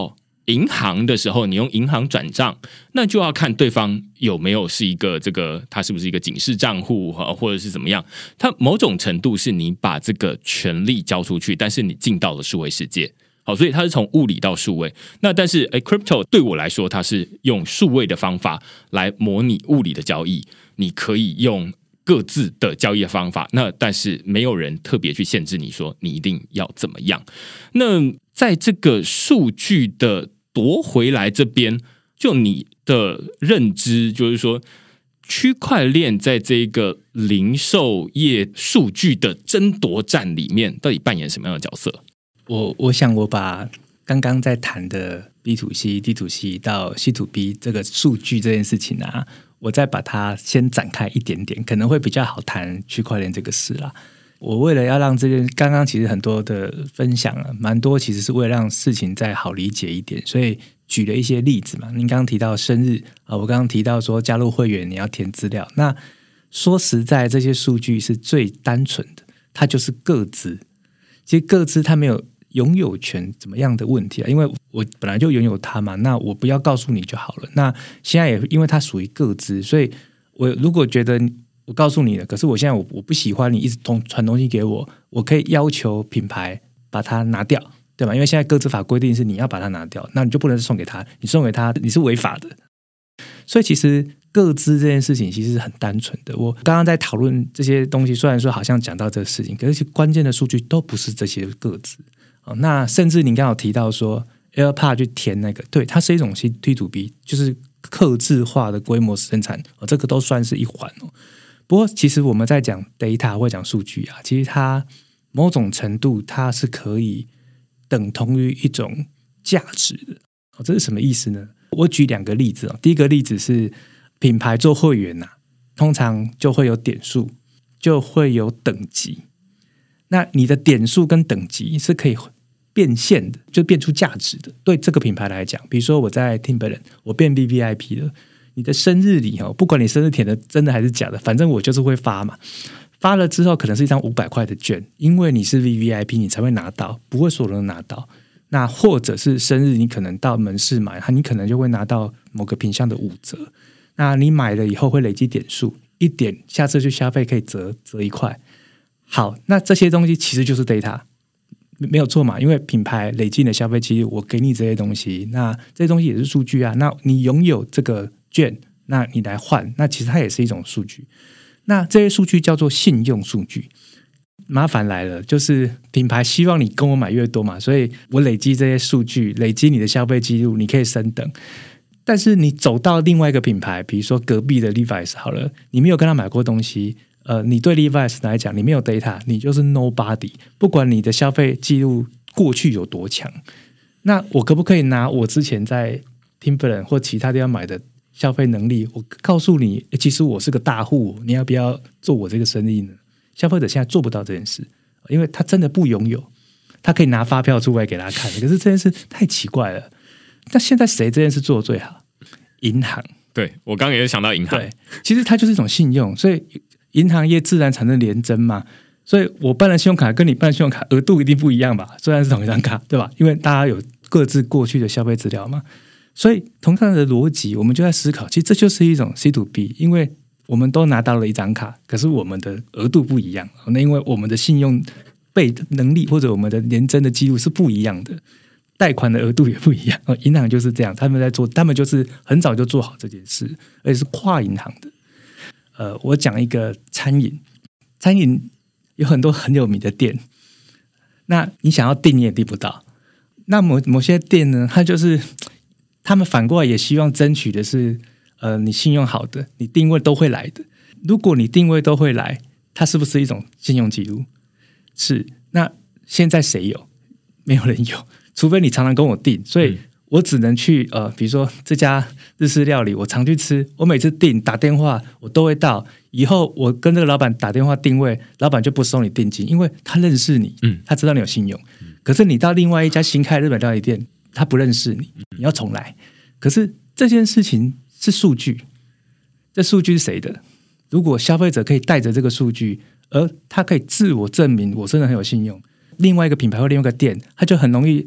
银行的时候，你用银行转账，那就要看对方有没有是一个这个，他是不是一个警示账户或者是怎么样。它某种程度是你把这个权利交出去，但是你进到了数位世界。好，所以它是从物理到数位。那但是诶 crypto 对我来说，它是用数位的方法来模拟物理的交易。你可以用各自的交易的方法，那但是没有人特别去限制你说你一定要怎么样。那在这个数据的夺回来这边，就你的认知，就是说区块链在这个零售业数据的争夺战里面，到底扮演什么样的角色？ 我我想我把刚刚在谈的 B to C、D to C 到 C to B 这个数据这件事情啊，我再把它先展开一点点，可能会比较好谈区块链这个事啦。我为了要让这件，刚刚其实很多的分享啊，蛮多其实是为了让事情再好理解一点，所以举了一些例子嘛。您刚刚提到生日啊，我刚刚提到说加入会员你要填资料，那说实在，这些数据是最单纯的，它就是个资。其实个资它没有拥有权怎么样的问题啊，因为我本来就拥有它嘛，那我不要告诉你就好了。那现在也因为它属于个资，所以我如果觉得我告诉你了，可是我现在 我, 我不喜欢你一直传东西给我，我可以要求品牌把它拿掉，对吧？因为现在个资法规定是你要把它拿掉，那你就不能送给他，你送给他你是违法的。所以其实个资这件事情其实是很单纯的。我刚刚在讨论这些东西，虽然说好像讲到这个事情，可是关键的数据都不是这些个资。那甚至你刚刚有提到说 AirPod 去填那个，对，它是一种 C to B， 就是客制化的规模生产，这个都算是一环哦。不过其实我们在讲 data 或讲数据啊，其实它某种程度它是可以等同于一种价值的。这是什么意思呢？我举两个例子。第一个例子是品牌做会员啊，通常就会有点数，就会有等级。那你的点数跟等级是可以变现的，就变出价值的。对这个品牌来讲，比如说我在 Timberland 我变 V V I P 了，你的生日礼，不管你生日填的真的还是假的，反正我就是会发嘛。发了之后可能是一张五百块的券，因为你是 V V I P 你才会拿到，不会所有人拿到。那或者是生日你可能到门市买，你可能就会拿到某个品项的五折。那你买了以后会累积点数，一点下次去消费可以折折一块。好，那这些东西其实就是 data， 没有错嘛，因为品牌累积的消费记录，我给你这些东西，那这些东西也是数据啊。那你拥有这个券，那你来换，那其实它也是一种数据。那这些数据叫做信用数据。麻烦来了，就是品牌希望你跟我买越多嘛，所以我累积这些数据，累积你的消费记录，你可以升等。但是你走到另外一个品牌，比如说隔壁的 Levi's 好了，你没有跟他买过东西，呃，你对 Levi's 来讲，你没有 data， 你就是 nobody。不管你的消费记录过去有多强，那我可不可以拿我之前在 Timberland 或其他地方买的消费能力，我告诉你，其实我是个大户，你要不要做我这个生意呢？消费者现在做不到这件事，因为他真的不拥有，他可以拿发票出来给他看，可是这件事太奇怪了。那现在谁这件事做得最好？银行。 对，我刚刚也想到银行。 对，其实它就是一种信用，所以银行业自然产生联征嘛。所以我办了信用卡跟你办信用卡额度一定不一样吧？虽然是同一张卡，对吧？因为大家有各自过去的消费资料嘛。所以同样的逻辑，我们就在思考，其实这就是一种 C to B， 因为我们都拿到了一张卡，可是我们的额度不一样，那因为我们的信用备能力或者我们的联征的记录是不一样的，贷款的额度也不一样。银行就是这样，他们在做，他们就是很早就做好这件事，而且是跨银行的。呃，我讲一个餐饮，餐饮有很多很有名的店，那你想要订你也订不到。那某某些店呢，它就是他们反过来也希望争取的是。呃，你信用好的，你定位都会来的。如果你定位都会来，它是不是一种信用记录？是。那现在谁有？没有人有，除非你常常跟我订，所以我只能去呃，比如说这家日式料理，我常去吃，我每次订打电话我都会到。以后我跟这个老板打电话定位，老板就不收你定金，因为他认识你，嗯，他知道你有信用。可是你到另外一家新开的日本料理店，他不认识你，你要重来。可是这件事情。是数据，这数据是谁的？如果消费者可以带着这个数据，而他可以自我证明我真的很有信用，另外一个品牌或另外一个店，他就很容易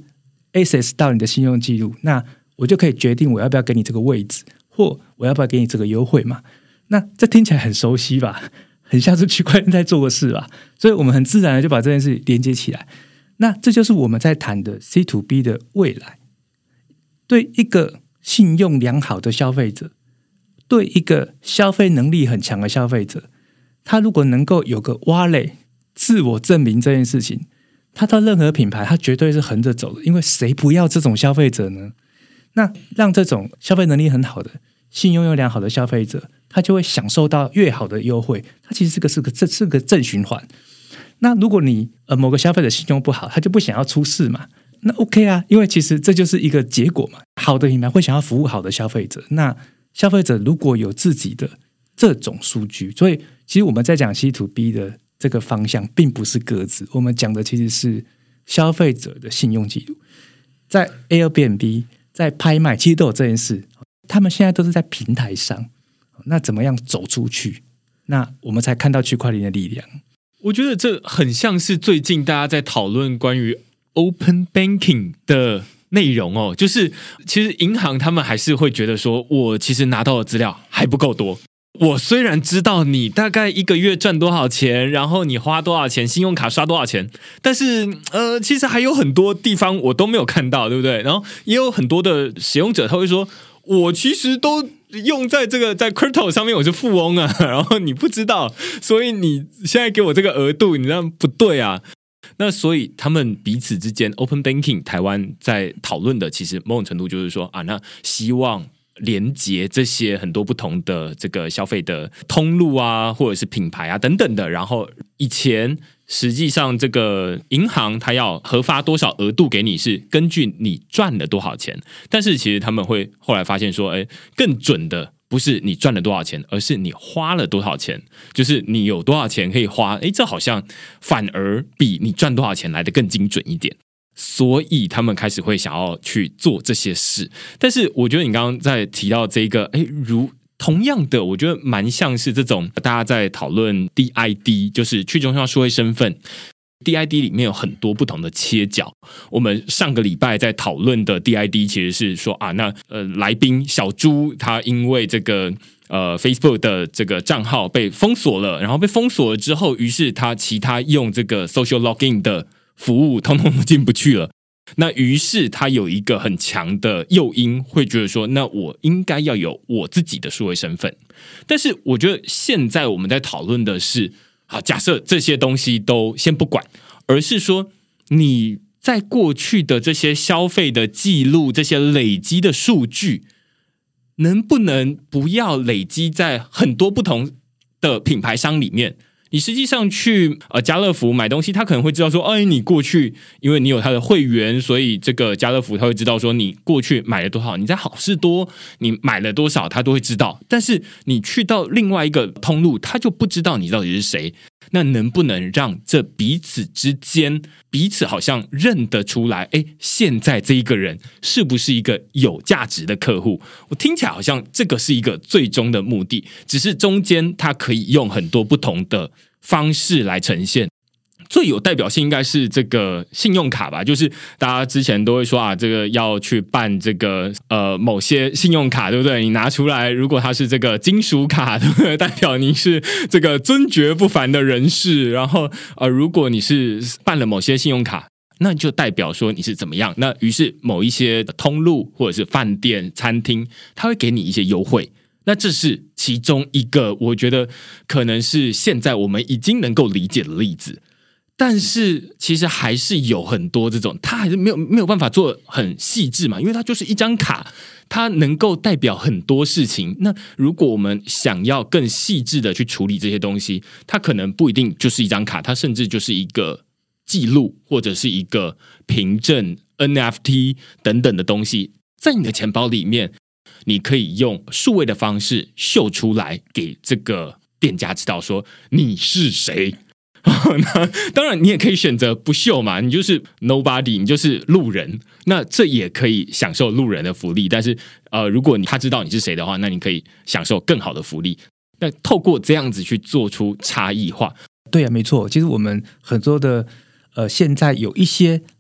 access 到你的信用记录，那我就可以决定我要不要给你这个位置，或我要不要给你这个优惠嘛。那这听起来很熟悉吧，很像是区块链在做的事吧，所以我们很自然的就把这件事连接起来。那这就是我们在谈的 C to B 的未来。对一个信用良好的消费者，对一个消费能力很强的消费者，他如果能够有个 wallet 自我证明这件事情，他到任何品牌他绝对是横着走的，因为谁不要这种消费者呢？那让这种消费能力很好的信用又良好的消费者，他就会享受到越好的优惠，它其实是个是个这是个正循环。那如果你呃某个消费者信用不好，他就不想要出事嘛，那 OK 啊，因为其实这就是一个结果嘛。好的品牌会想要服务好的消费者，那消费者如果有自己的这种数据，所以其实我们在讲 C to B 的这个方向并不是各自，我们讲的其实是消费者的信用记录。在 Airbnb 在拍卖其实都有这件事，他们现在都是在平台上，那怎么样走出去，那我们才看到区块链的力量。 我觉得这很像是最近大家在讨论关于 Open Banking 的内容哦，就是其实银行他们还是会觉得说，我其实拿到的资料还不够多。我虽然知道你大概一个月赚多少钱，然后你花多少钱，信用卡刷多少钱，但是呃，其实还有很多地方我都没有看到，对不对？然后也有很多的使用者他会说，我其实都用在这个在 crypto 上面，我是富翁啊，然后你不知道，所以你现在给我这个额度，你这样不对啊。那所以他们彼此之间 Open Banking 台湾在讨论的，其实某种程度就是说啊，那希望连接这些很多不同的这个消费的通路啊，或者是品牌啊等等的。然后以前实际上这个银行它要核发多少额度给你，是根据你赚了多少钱。但是其实他们会后来发现说，哎，更准的不是你赚了多少钱，而是你花了多少钱。就是你有多少钱可以花，哎，这好像反而比你赚多少钱来得更精准一点。所以他们开始会想要去做这些事。但是我觉得你刚刚在提到这个，哎，如同样的，我觉得蛮像是这种大家在讨论 D I D， 就是去中心化数位身份。D I D 里面有很多不同的切角。我们上个礼拜在讨论的 D I D 其实是说啊，那呃来宾小猪他因为这个呃 Facebook 的这个账号被封锁了，然后被封锁了之后，于是他其他用这个 social login 的服务通通都进不去了。那于是他有一个很强的诱因，会觉得说，那我应该要有我自己的数位身份。但是我觉得现在我们在讨论的是，好，假设这些东西都先不管，而是说你在过去的这些消费的记录，这些累积的数据，能不能不要累积在很多不同的品牌商里面？你实际上去呃家乐福买东西，他可能会知道说，哎，你过去因为你有他的会员，所以这个家乐福他会知道说你过去买了多少，你在好事多你买了多少，他都会知道。但是你去到另外一个通路，他就不知道你到底是谁。那能不能让这彼此之间彼此好像认得出来，哎，现在这一个人是不是一个有价值的客户？我听起来好像这个是一个最终的目的，只是中间它可以用很多不同的方式来呈现。最有代表性应该是这个信用卡吧，就是大家之前都会说啊，这个要去办这个呃某些信用卡，对不对？你拿出来，如果它是这个金属卡，对不对？代表你是这个尊爵不凡的人士。然后呃，如果你是办了某些信用卡，那就代表说你是怎么样。那于是某一些通路或者是饭店、餐厅，它会给你一些优惠。那这是其中一个，我觉得可能是现在我们已经能够理解的例子。但是其实还是有很多这种，它还是没有没有办法做很细致嘛，因为它就是一张卡，它能够代表很多事情。那如果我们想要更细致的去处理这些东西，它可能不一定就是一张卡，它甚至就是一个记录或者是一个凭证 N F T 等等的东西，在你的钱包里面，你可以用数位的方式秀出来，给这个店家知道说你是谁。那当然你也可以选择不秀嘛，你就是 nobody， 你就是路人，那这也可以享受路人的福利。但是呃，如果他知道你是谁的话，那你可以享受更好的福利。那透过这样子去做出差异化。 对啊，没错。其实我们很多的呃，现在有一些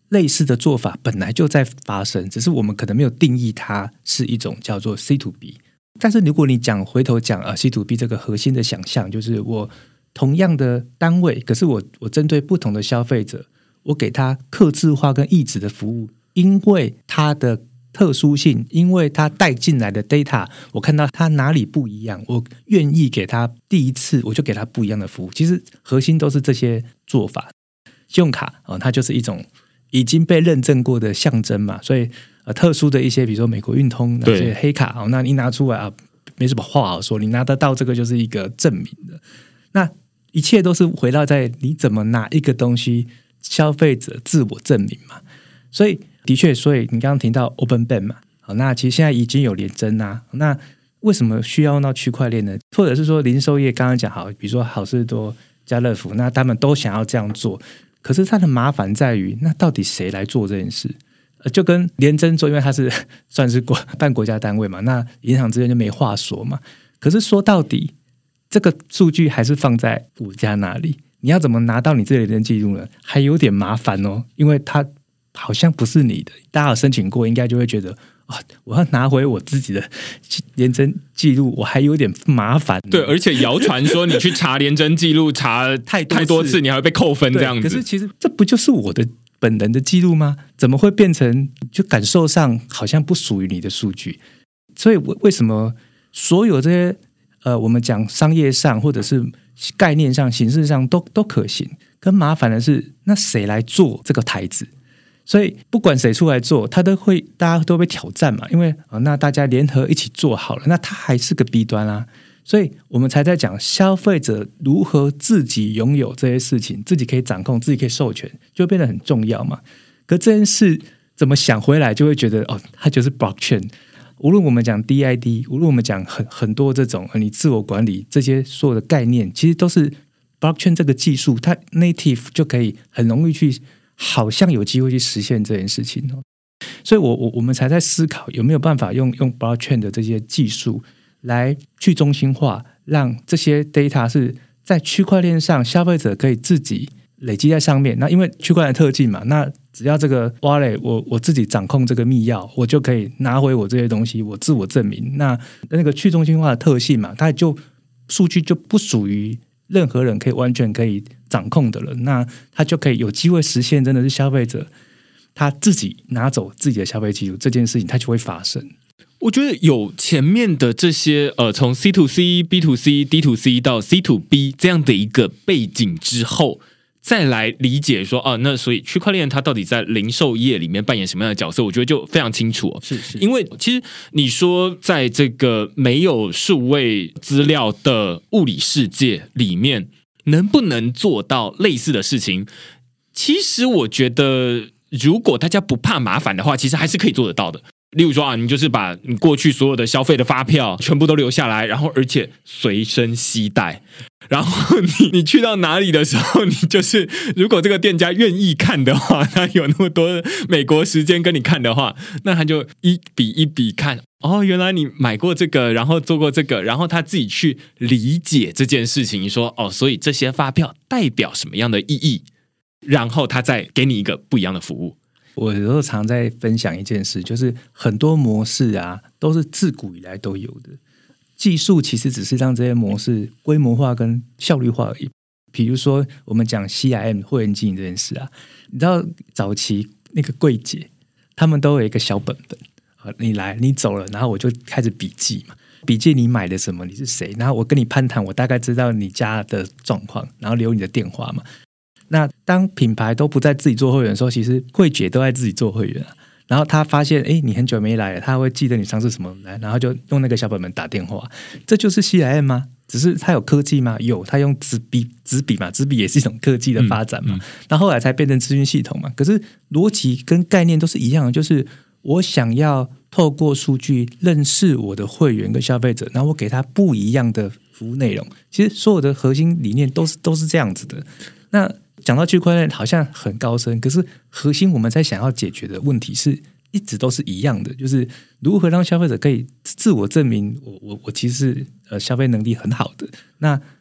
类似的做法本来就在发生，只是我们可能没有定义它是一种叫做 C to B。 但是如果你讲回头讲啊 C to B 这个核心的想象，就是我同样的单位，可是我我针对不同的消费者，我给他客制化跟异质的服务，因为它的特殊性，因为他带进来的 data， 我看到他哪里不一样，我愿意给他第一次我就给他不一样的服务。其实核心都是这些做法。信用卡、哦、它就是一种已经被认证过的象征嘛，所以、呃、特殊的一些比如说美国运通那些黑卡、哦、那你拿出来啊，没什么话好说，你拿得到这个就是一个证明的。那一切都是回到在你怎么拿一个东西消费者自我证明嘛。所以的确，所以你刚刚提到 Open Bank 嘛，好，那其实现在已经有联征啊，那为什么需要用到区块链呢？或者是说零售业刚刚讲好，比如说好事多、家乐福，那他们都想要这样做，可是它的麻烦在于，那到底谁来做这件事？就跟联征做，因为它是算是国半国家单位嘛，那银行之间就没话说嘛。可是说到底，这个数据还是放在我家那里，你要怎么拿到你这里的记录呢？还有点麻烦哦，因为它好像不是你的，大家有申请过，应该就会觉得、哦、我要拿回我自己的联征记录，我还有点麻烦。 对，而且谣传说你去查联征记录查太多太多次，你还会被扣分这样子。 可是其实这不就是我的本人的记录吗？怎么会变成就感受上好像不属于你的数据？所以为什么所有这些呃，我们讲商业上或者是概念上、形式上都都可行，更麻烦的是，那谁来做这个台子？所以不管谁出来做，他都会大家都被挑战嘛，因为、哦、那大家联合一起做好了，那他还是个 B 端啊，所以我们才在讲消费者如何自己拥有这些事情，自己可以掌控，自己可以授权，就变得很重要嘛。可这件事怎么想回来，就会觉得哦，它就是 blockchain。无论我们讲 D I D， 无论我们讲很很多这种你自我管理这些所有的概念，其实都是 blockchain 这个技术，它 native 就可以很容易去。好像有机会去实现这件事情，所以我我我们才在思考有没有办法用用 blockchain 的这些技术来去中心化，让这些 data 是在区块链上，消费者可以自己累积在上面。那因为区块链的特性嘛，那只要这个 wallet 我我自己掌控这个密钥，我就可以拿回我这些东西，我自我证明。那那个去中心化的特性嘛，它就数据就不属于任何人可以完全可以掌控的人，那他就可以有机会实现真的是消费者他自己拿走自己的消费记录这件事情，它就会发生。 我觉得有前面的这些呃，从 C to C、B to C、D to C 到 C to B 这样的一个背景之后，再来理解说啊，那所以区块链它到底在零售业里面扮演什么样的角色，我觉得就非常清楚哦。 是是， 因为其实你说在这个没有数位资料的物理世界里面，能不能做到类似的事情？其实我觉得，如果大家不怕麻烦的话，其实还是可以做得到的。例如说啊，你就是把你过去所有的消费的发票全部都留下来，然后而且随身携带，然后你你去到哪里的时候，你就是如果这个店家愿意看的话，他有那么多美国时间跟你看的话，那他就一笔一笔看。哦，原来你买过这个，然后做过这个，然后他自己去理解这件事情，说哦，所以这些发票代表什么样的意义，然后他再给你一个不一样的服务。 我有时候常在分享一件事，就是很多模式啊，都是自古以来都有的。技术其实只是让这些模式规模化跟效率化而已。比如说，我们讲 C R M 会员经营这件事啊，你知道早期那个柜姐，他们都有一个小本本，你来你走了，然后我就开始笔记嘛。笔记你买的什么，你是谁，然后我跟你攀谈，我大概知道你家的状况，然后留你的电话嘛。那当品牌都不再自己做会员的时候，其实柜姐都在自己做会员、啊、然后他发现哎，你很久没来了，他会记得你上次什么来，然后就用那个小本本打电话。这就是 C R M 吗？只是他有科技吗？有，他用纸笔纸笔嘛，纸笔也是一种科技的发展嘛。那、嗯嗯、后来才变成资讯系统嘛。可是逻辑跟概念都是一样的，就是我想要透过数据认识我的会员跟消费者，然后我给他不一样的服务内容。其实所有的核心理念都是都是这样子的。那讲到区块链好像很高深，可是核心我们在想要解决的问题是一直都是一样的，就是如何让消费者可以自我证明我我我其实是呃消费能力很好的。那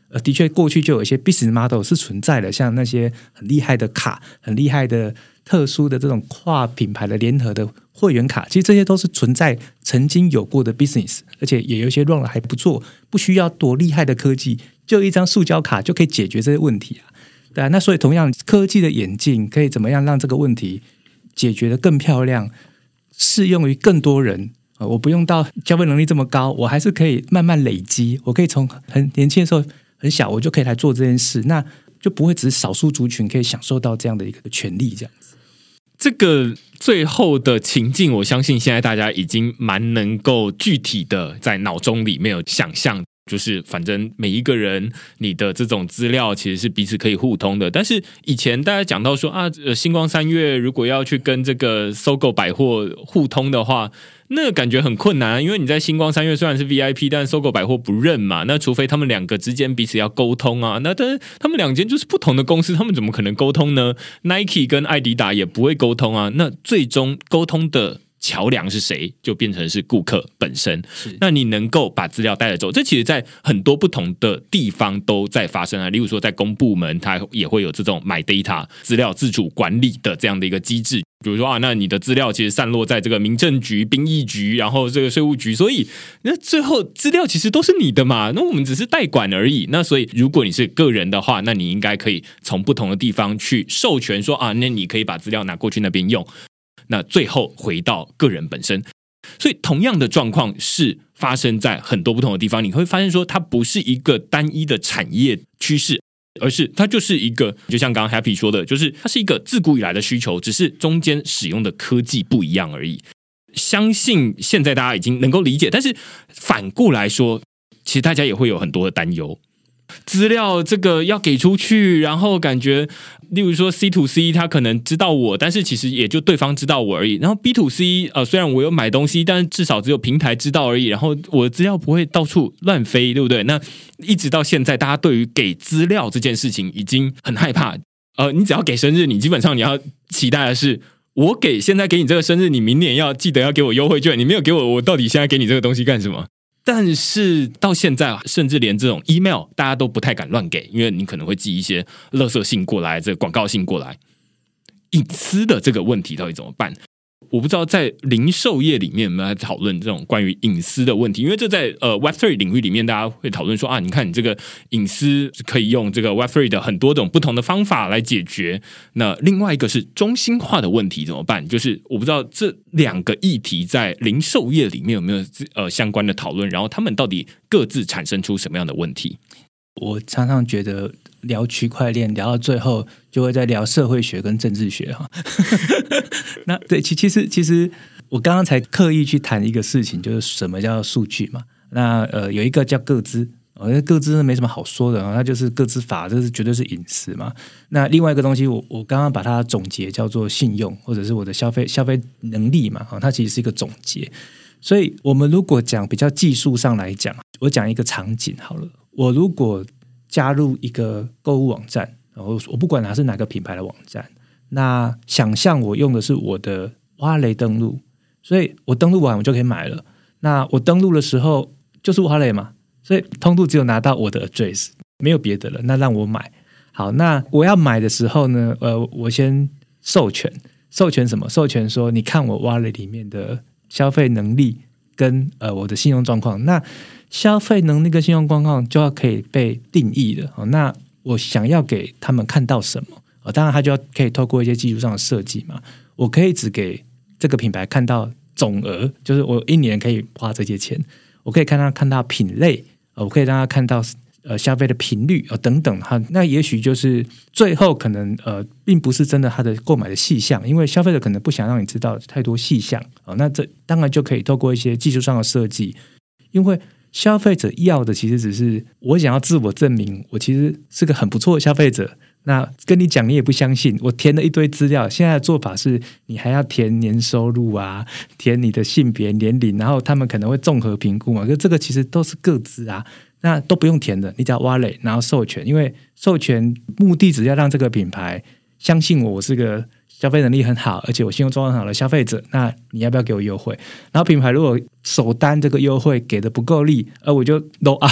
呃，的确过去就有一些 business model 是存在的，像那些很厉害的卡，很厉害的特殊的这种跨品牌的联合的会员卡，其实这些都是存在曾经有过的 business， 而且也有一些 run 得还不错，不需要多厉害的科技，就一张塑胶卡就可以解决这些问题啊。对啊，那所以同样科技的演进可以怎么样让这个问题解决得更漂亮，适用于更多人。我不用到消费能力这么高，我还是可以慢慢累积，我可以从很年轻的时候很小我就可以来做这件事，那就不会只是少数族群可以享受到这样的一个权利这样子。 这个最后的情境，我相信现在大家已经蛮能够具体的在脑中里面有想象，就是反正每一个人你的这种资料其实是彼此可以互通的。但是以前大家讲到说啊，呃，星光三月如果要去跟这个搜狗百货互通的话，那个感觉很困难，因为你在星光三月虽然是 V I P， 但搜狗百货不认嘛，那除非他们两个之间彼此要沟通啊，那但是他们两间就是不同的公司，他们怎么可能沟通呢？ Nike 跟艾迪达也不会沟通啊，那最终沟通的桥梁是谁，就变成是顾客本身。那你能够把资料带着走，这其实在很多不同的地方都在发生啊。例如说在公部门，它也会有这种 My Data 资料自主管理的这样的一个机制。比如说啊，那你的资料其实散落在这个民政局、兵役局，然后这个税务局，所以那最后资料其实都是你的嘛，那我们只是代管而已。那所以如果你是个人的话，那你应该可以从不同的地方去授权说啊，那你可以把资料拿过去那边用。那最后回到个人本身，所以同样的状况是发生在很多不同的地方。你会发现说，它不是一个单一的产业趋势，而是它就是一个，就像刚刚 Happy 说的，就是它是一个自古以来的需求，只是中间使用的科技不一样而已。相信现在大家已经能够理解，但是反过来说，其实大家也会有很多的担忧。资料这个要给出去，然后感觉例如说 C to C 他可能知道我，但是其实也就对方知道我而已。然后 B to C 呃，虽然我有买东西，但是至少只有平台知道而已，然后我的资料不会到处乱飞，对不对？那一直到现在大家对于给资料这件事情已经很害怕。呃，你只要给生日，你基本上你要期待的是我给现在给你这个生日，你明年要记得要给我优惠券，你没有给我，我到底现在给你这个东西干什么？但是到现在，甚至连这种 email 大家都不太敢乱给，因为你可能会寄一些垃圾信过来，这个广告信过来。隐私的这个问题到底怎么办？我不知道在零售业里面有没有在讨论这种关于隐私的问题，因为这在呃 Web 三 领域里面，大家会讨论说啊，你看你这个隐私可以用这个 Web 三 的很多种不同的方法来解决。那另外一个是中心化的问题怎么办？就是我不知道这两个议题在零售业里面有没有呃相关的讨论，然后他们到底各自产生出什么样的问题？ 我常常觉得聊区块链聊到最后就会在聊社会学跟政治学哈。那对，其其实其实我刚刚才刻意去谈一个事情，就是什么叫数据嘛。那呃有一个叫个资，哦，个资没什么好说的，那就是个资法，这是绝对是隐私嘛。那另外一个东西我我刚刚把它总结叫做信用，或者是我的消费消费能力嘛，它其实是一个总结。所以我们如果讲比较技术上来讲，我讲一个场景好了。我如果加入一个购物网站，我我不管它是哪个品牌的网站，那想象我用的是我的Wallet登录，所以我登录完我就可以买了。那我登录的时候就是 Wallet 嘛，所以通路只有拿到我的 address， 没有别的了。那让我买，好，那我要买的时候呢，呃，我先授权，授权什么？授权说你看我 Wallet 里面的消费能力跟呃我的信用状况。那消费能力跟信用状况就要可以被定义的，哦，那我想要给他们看到什么，哦，当然他就要可以透过一些技术上的设计嘛。我可以只给这个品牌看到总额，就是我一年可以花这些钱，我可以看到看到品类，哦，我可以让他看到呃消费的频率，哦，等等哈。那也许就是最后可能呃并不是真的他的购买的细项，因为消费者可能不想让你知道太多细项，哦，那这当然就可以透过一些技术上的设计，因为消费者要的其实只是我想要自我证明，我其实是个很不错的消费者。那跟你讲你也不相信，我填了一堆资料，现在的做法是你还要填年收入啊，填你的性别年龄，然后他们可能会综合评估嘛，可是这个其实都是个资啊，那都不用填的，你只要Wallet然后授权，因为授权目的只要让这个品牌相信我，我是个消费能力很好，而且我信用状况很好的消费者，那你要不要给我优惠？然后品牌如果首单这个优惠给的不够力，而我就 low out，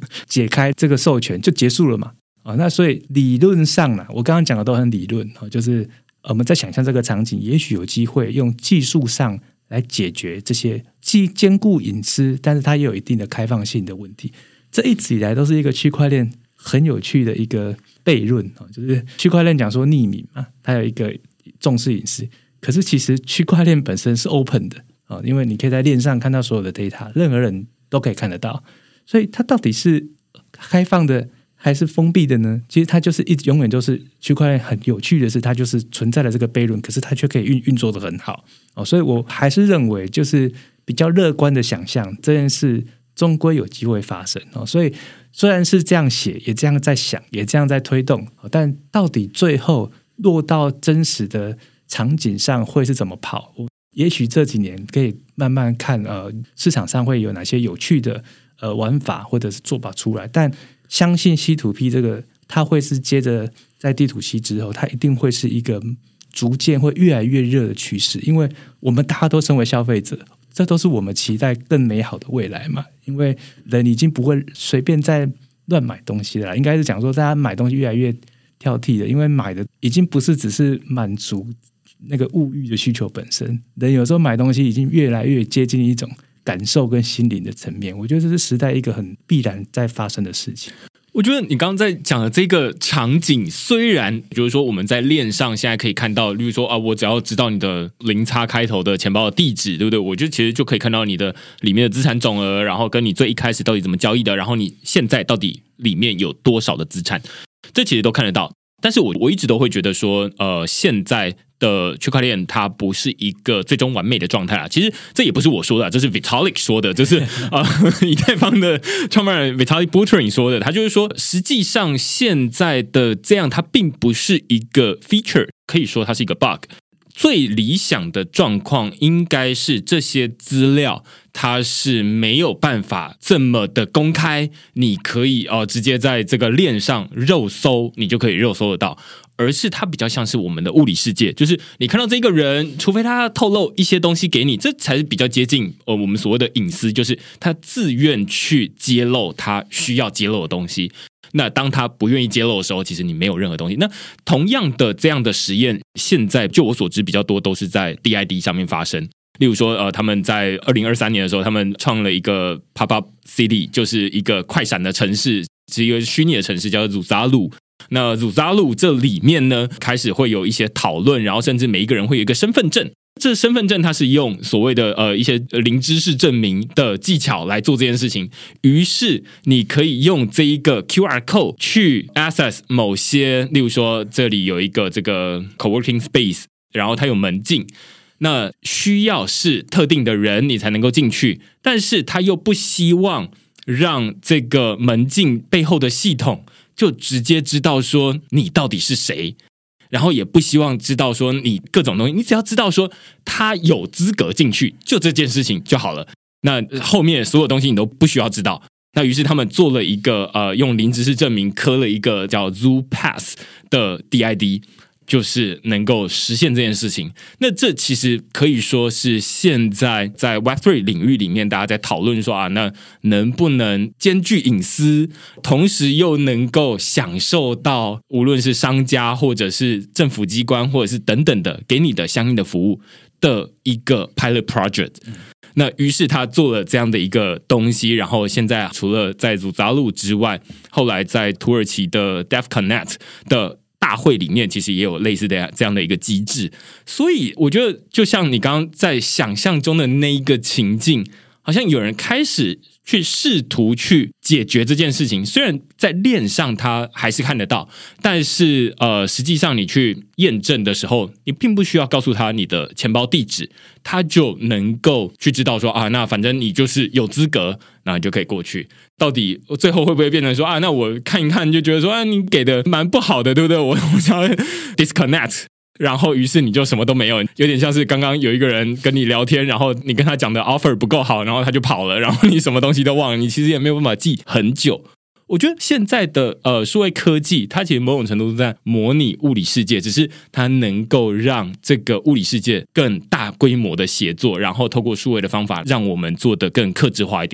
解开这个授权就结束了嘛。哦，那所以理论上呢，我刚刚讲的都很理论，哦，就是我们在想象这个场景，也许有机会用技术上来解决这些既兼顾隐私，但是它也有一定的开放性的问题。这一直以来都是一个区块链很有趣的一个悖论，就是区块链讲说匿名嘛，它有一个重视隐私，可是其实区块链本身是 open 的，因为你可以在链上看到所有的 data， 任何人都可以看得到，所以它到底是开放的还是封闭的呢？其实它就是一永远都是区块链很有趣的是，它就是存在的这个悖论，可是它却可以运运作得很好，哦，所以我还是认为就是比较乐观的想象这件事终归有机会发生，哦，所以虽然是这样写，也这样在想，也这样在推动，但到底最后落到真实的场景上会是怎么跑？也许这几年可以慢慢看，呃，市场上会有哪些有趣的呃玩法或者是做法出来，但相信 C to P 这个，它会是接着在 D to C 之后，它一定会是一个逐渐会越来越热的趋势，因为我们大家都身为消费者，这都是我们期待更美好的未来嘛。因为人已经不会随便再乱买东西了啦，应该是讲说大家买东西越来越挑剔的，因为买的已经不是只是满足那个物欲的需求本身，人有时候买东西已经越来越接近一种感受跟心灵的层面，我觉得这是时代一个很必然在发生的事情。 我觉得你刚刚在讲的这个场景，虽然就是说我们在链上现在可以看到，例如说啊，我只要知道你的零叉开头的钱包的地址，对不对？我觉得其实就可以看到你的里面的资产总额，然后跟你最一开始到底怎么交易的，然后你现在到底里面有多少的资产，这其实都看得到。但是我我一直都会觉得说，呃，现在的区块链它不是一个最终完美的状态啊。其实这也不是我说的，这是 Vitalik 说的，这是呃以太坊的创办人 Vitalik Buterin 说的。他就是说，实际上现在的这样，它并不是一个 feature， 可以说它是一个 bug。最理想的状况应该是这些资料它是没有办法这么的公开，你可以呃直接在这个链上肉搜，你就可以肉搜得到，而是它比较像是我们的物理世界，就是你看到这个人，除非他透露一些东西给你，这才是比较接近呃我们所谓的隐私，就是他自愿去揭露他需要揭露的东西。那当他不愿意揭露的时候，其实你没有任何东西。那同样的这样的实验，现在就我所知比较多都是在 D I D 上面发生。例如说，呃，他们在二零二三年的时候，他们创了一个 Pop-up City， 就是一个快闪的城市，是一个虚拟的城市，叫做 Zuzalu。那 Zuzalu 这里面呢，开始会有一些讨论，然后甚至每一个人会有一个身份证。这身份证它是用所谓的呃一些零知识证明的技巧来做这件事情，于是你可以用这一个 Q R code 去 access 某些，例如说这里有一个这个 coworking space， 然后它有门禁，那需要是特定的人你才能够进去，但是他又不希望让这个门禁背后的系统就直接知道说你到底是谁，然后也不希望知道说你各种东西，你只要知道说他有资格进去，就这件事情就好了。那后面所有东西你都不需要知道。那于是他们做了一个呃，用零知识证明刻了一个叫 Zoo Pass 的 D I D， 就是能够实现这件事情。那这其实可以说是现在在 Web 三 领域里面大家在讨论说啊，那能不能兼具隐私，同时又能够享受到无论是商家或者是政府机关或者是等等的给你的相应的服务的一个 pilot project。那于是他做了这样的一个东西，然后现在除了在祖扎路之外，后来在土耳其的 DevConnect 的大会里面其实也有类似的这样的一个机制。所以我觉得就像你刚刚在想象中的那一个情境，好像有人开始去试图去解决这件事情，虽然在链上它还是看得到，但是呃，实际上你去验证的时候，你并不需要告诉他你的钱包地址，他就能够去知道说啊，那反正你就是有资格，那你就可以过去。到底最后会不会变成说啊，那我看一看就觉得说啊，你给的蛮不好的，对不对？我我想要 disconnect。然后于是你就什么都没有，有点像是刚刚有一个人跟你聊天，然后你跟他讲的 offer 不够好，然后他就跑了，然后你什么东西都忘了，你其实也没有办法记很久。我觉得现在的呃数位科技，它其实某种程度是在模拟物理世界，只是它能够让这个物理世界更大规模的协作，然后透过数位的方法让我们做得更客制化一点。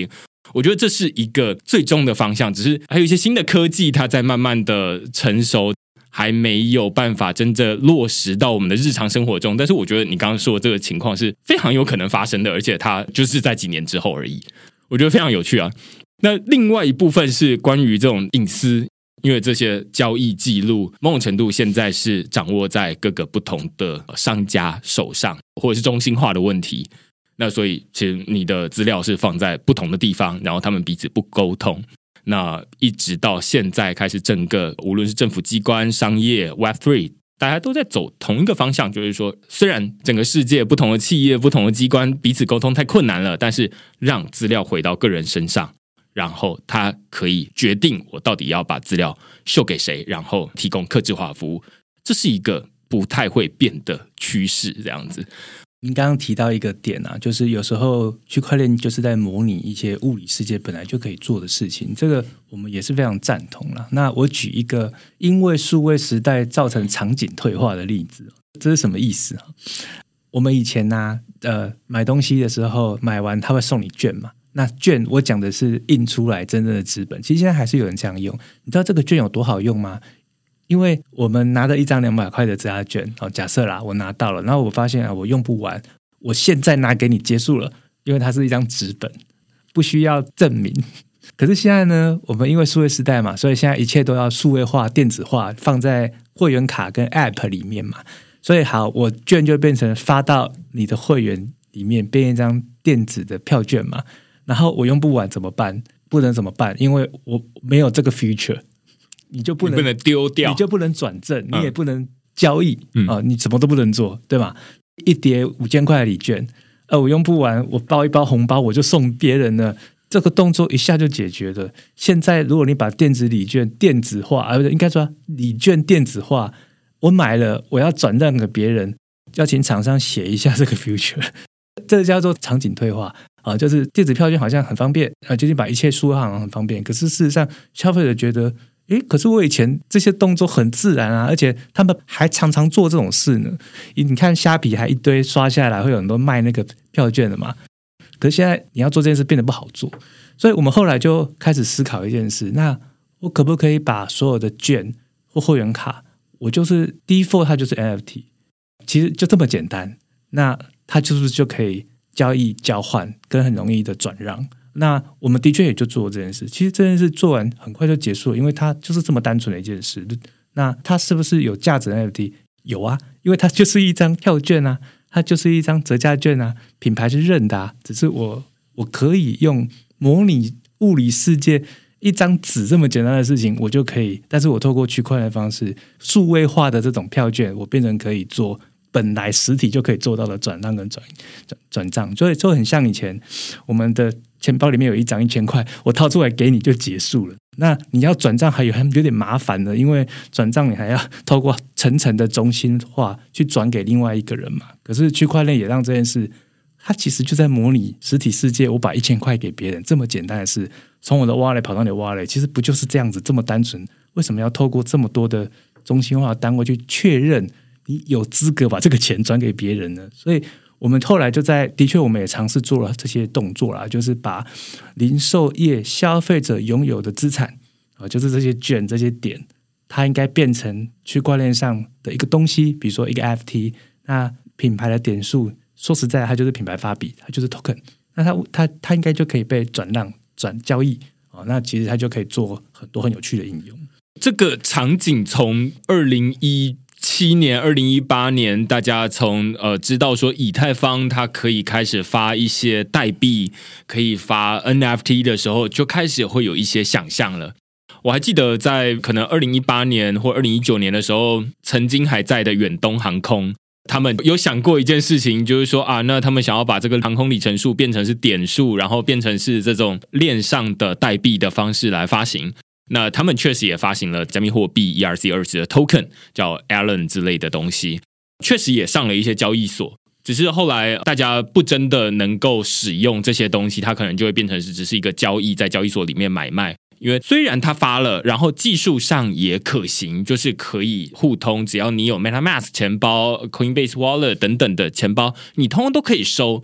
我觉得这是一个最终的方向，只是还有一些新的科技它在慢慢的成熟，还没有办法真正落实到我们的日常生活中。但是我觉得你刚刚说的这个情况是非常有可能发生的，而且它就是在几年之后而已，我觉得非常有趣啊。那另外一部分是关于这种隐私，因为这些交易记录某种程度现在是掌握在各个不同的商家手上，或者是中心化的问题，那所以其实你的资料是放在不同的地方，然后他们彼此不沟通。那一直到现在开始，整个无论是政府机关、商业 Web 三， 大家都在走同一个方向，就是说虽然整个世界不同的企业、不同的机关彼此沟通太困难了，但是让资料回到个人身上，然后他可以决定我到底要把资料秀给谁，然后提供客制化服务，这是一个不太会变的趋势。这样子， 您刚刚提到一个点啊，就是有时候区块链就是在模拟一些物理世界本来就可以做的事情，这个我们也是非常赞同啦。那我举一个因为数位时代造成场景退化的例子，这是什么意思啊？我们以前啊，呃，买东西的时候买完他会送你券嘛，那券我讲的是印出来真正的资本，其实现在还是有人这样用。你知道这个券有多好用吗？因为我们拿着一张两百块的折价券，哦，假设啦，我拿到了，然后我发现啊，我用不完，我现在拿给你结束了，因为它是一张纸本，不需要证明。可是现在呢，我们因为数位时代嘛，所以现在一切都要数位化、电子化，放在会员卡跟 App 里面嘛。所以好，我券就变成发到你的会员里面，变一张电子的票券嘛。然后我用不完怎么办？不能怎么办？因为我没有这个 feature。你就不能你不能丢掉， 你就不能转正，你也不能交易、 嗯哦、你什么都不能做，对吧？一叠五千块的礼券，呃，我用不完，我包一包红包，我就送别人了，这个动作一下就解决了。现在如果你把电子礼券电子化，啊，应该说礼券电子化，我买了，我要转让给别人，要请厂商写一下这个 future， 这个叫做场景退化。啊，就是电子票券好像很方便，啊，就是把一切数位化好像很方便，可是事实上消费者觉得，诶，可是我以前这些动作很自然啊，而且他们还常常做这种事呢。你看虾皮还一堆刷下来，会有很多卖那个票券的嘛。可是现在你要做这件事变得不好做，所以我们后来就开始思考一件事：那我可不可以把所有的券或会员卡，我就是 default 它就是 N F T， 其实就这么简单。那它是不是就可以交易、交换跟很容易的转让？那我们的确也就做这件事。其实这件事做完很快就结束了，因为它就是这么单纯的一件事。那它是不是有价值的 N F T？ 有啊，因为它就是一张票券啊，它就是一张折价券啊，品牌是认的啊。只是我我可以用模拟物理世界一张纸这么简单的事情，我就可以。但是我透过区块链的方式，数位化的这种票券，我变成可以做本来实体就可以做到的转让跟转转转账，所以就很像以前我们的钱包里面有一张一千块，我掏出来给你就结束了。那你要转账还有有点麻烦的，因为转账你还要透过层层的中心化去转给另外一个人嘛。可是区块链也让这件事，它其实就在模拟实体世界，我把一千块给别人这么简单的事，从我的 wallet 跑到你的 wallet， 其实不就是这样子这么单纯？为什么要透过这么多的中心化的单位去确认你有资格把这个钱转给别人呢？所以我们后来就在，的确我们也尝试做了这些动作啦，就是把零售业消费者拥有的资产，就是这些券这些点，它应该变成区块链上的一个东西，比如说一个 F T， 那品牌的点数说实在它就是品牌发币，它就是 token， 那它它它应该就可以被转让转交易，那其实它就可以做很多很有趣的应用。 这个场景从二零一七年、二零一八年，大家从呃知道说以太坊它可以开始发一些代币，可以发 N F T 的时候，就开始会有一些想象了。我还记得在可能二零一八年或二零一九年的时候，曾经还在的远东航空，他们有想过一件事情，就是说啊，那他们想要把这个航空里程数变成是点数，然后变成是这种链上的代币的方式来发行。那他们确实也发行了加密货币 E R C 二十 的 token， 叫 Allen 之类的东西，确实也上了一些交易所。只是后来大家不真的能够使用这些东西，它可能就会变成是只是一个交易，在交易所里面买卖。因为虽然它发了，然后技术上也可行，就是可以互通，只要你有 MetaMask 钱包、Coinbase Wallet 等等的钱包，你通通都可以收。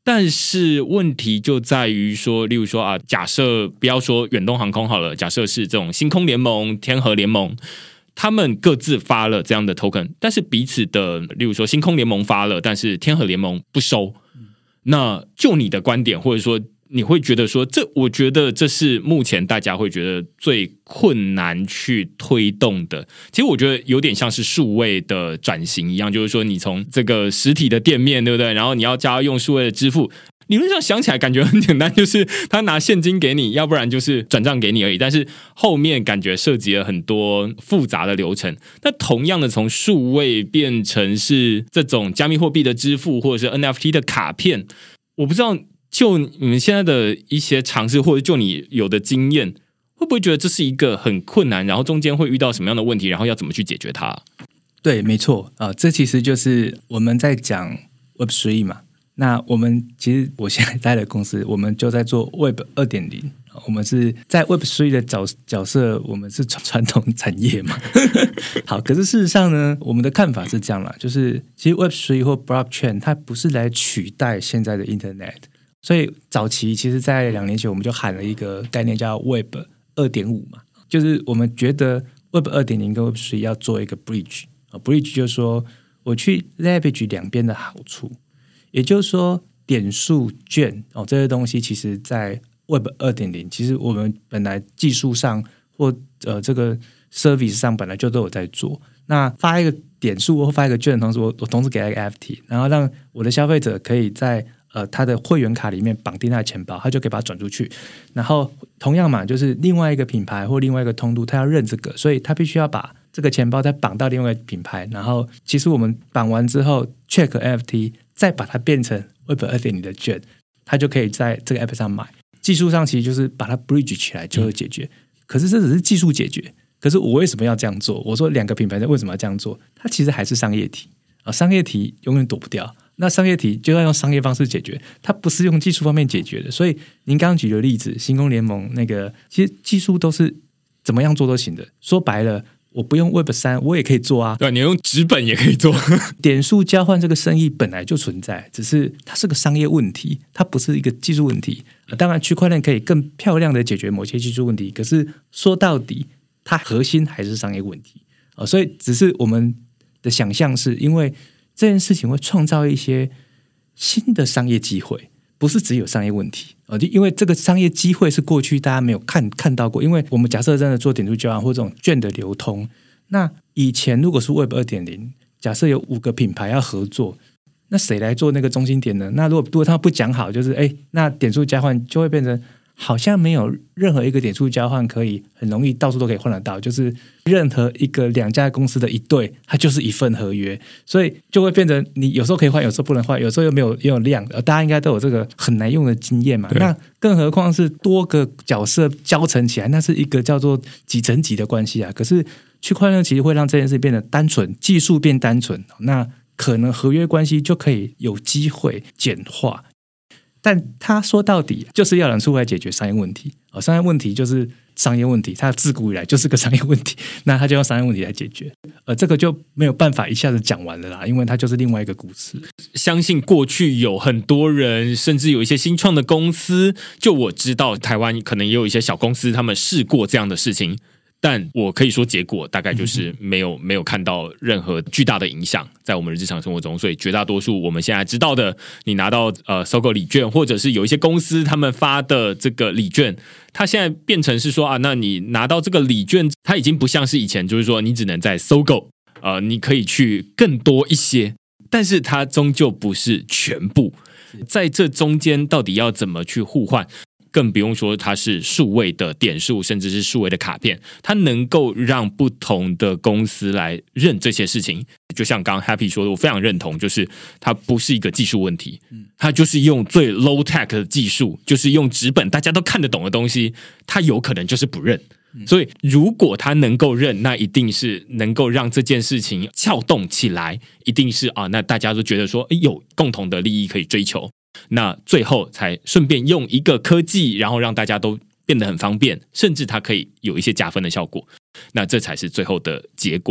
但是问题就在于说，例如说啊，假设不要说远东航空好了，假设是这种星空联盟、天河联盟，他们各自发了这样的 token， 但是彼此的，例如说星空联盟发了，但是天河联盟不收。那就你的观点，或者说你会觉得说，这我觉得这是目前大家会觉得最困难去推动的。其实我觉得有点像是数位的转型一样，就是说你从这个实体的店面，对不对？然后你要加用数位的支付，理论上想起来感觉很简单，就是他拿现金给你，要不然就是转账给你而已。但是后面感觉涉及了很多复杂的流程。那同样的，从数位变成是这种加密货币的支付，或者是 N F T 的卡片，我不知道就你们现在的一些尝试，或者就你有的经验，会不会觉得这是一个很困难，然后中间会遇到什么样的问题，然后要怎么去解决它？ 对，没错啊、呃，这其实就是我们在讲 Web 三 嘛。那我们其实我现在待的公司，我们就在做 Web 二点零，我们是在 Web 三 的角角色，我们是传统产业嘛。好，可是事实上呢，我们的看法是这样啦，就是其实 Web 三 或 Blockchain 它不是来取代现在的 Internet， 所以早期其实在两年前我们就喊了一个概念叫 Web 二点五 嘛，就是我们觉得 Web 二点零 跟 Web 三 要做一个 bridge， bridge 就是说我去 leverage 两边的好处。也就是说，点数券哦这些东西，其实在 Web 二点零，其实我们本来技术上或呃这个 service 上本来就都有在做。那发一个点数或发一个券的同时，我我同时给他一个 N F T， 然后让我的消费者可以在呃他的会员卡里面绑定他的钱包，他就可以把它转出去。然后同样嘛，就是另外一个品牌或另外一个通路，他要认这个，所以他必须要把这个钱包再绑到另外一个品牌。然后其实我们绑完之后 check N F T。再把它变成 Web 二点零 的券，它就可以在这个 App 上买。技术上其实就是把它 bridge 起来就会解决。嗯、可是这只是技术解决。可是我为什么要这样做？我说两个品牌为什么要这样做？它其实还是商业题啊，商业题永远躲不掉。那商业题就要用商业方式解决，它不是用技术方面解决的。所以您刚刚举的例子，星空联盟那个，其实技术都是怎么样做都行的。说白了。我不用 Web 三，我也可以做啊。 对，你用纸本也可以做。 点数交换这个生意本来就存在，只是它是个商业问题，它不是一个技术问题。当然，区块链可以更漂亮的解决某些技术问题，可是说到底，它核心还是商业问题。所以，只是我们的想象是因为这件事情会创造一些新的商业机会。不是只有商业问题，因为这个商业机会是过去大家没有看看到过。因为我们假设真的做点数交换或这种券的流通，那以前如果是 Web 二点零，假设有五个品牌要合作，那谁来做那个中心点呢？那如果如果他不讲好，就是哎，那点数交换就会变成好像没有任何一个点数交换可以很容易到处都可以换得到，就是任何一个两家公司的一对，它就是一份合约，所以就会变成你有时候可以换，有时候不能换，有时候又没有又有量，大家应该都有这个很难用的经验嘛。那更何况是多个角色交乘起来，那是一个叫做几乘几的关系啊。可是区块链其实会让这件事变得单纯，技术变单纯，那可能合约关系就可以有机会简化。但他说到底就是要人出来解决商业问题，哦，商业问题就是商业问题，它自古以来就是个商业问题，那他就用商业问题来解决，呃，这个就没有办法一下子讲完了啦，因为它就是另外一个故事。 相信过去有很多人，甚至有一些新创的公司，就我知道台湾可能也有一些小公司，他们试过这样的事情。但我可以说结果大概就是没有没有看到任何巨大的影响在我们的日常生活中，所以绝大多数我们现在知道的，你拿到呃收购礼券，或者是有一些公司他们发的这个礼券，它现在变成是说啊，那你拿到这个礼券，它已经不像是以前，就是说你只能在收购，呃，你可以去更多一些，但是它终究不是全部，在这中间到底要怎么去互换？更不用说它是数位的点数，甚至是数位的卡片，它能够让不同的公司来认这些事情。就像刚刚 Happy 说的，我非常认同，就是它不是一个技术问题，它就是用最 low tech 的技术，就是用纸本大家都看得懂的东西，它有可能就是不认。所以如果它能够认，那一定是能够让这件事情撬动起来，一定是啊，那大家都觉得说有共同的利益可以追求，那最后才顺便用一个科技，然后让大家都变得很方便，甚至它可以有一些加分的效果，那这才是最后的结果。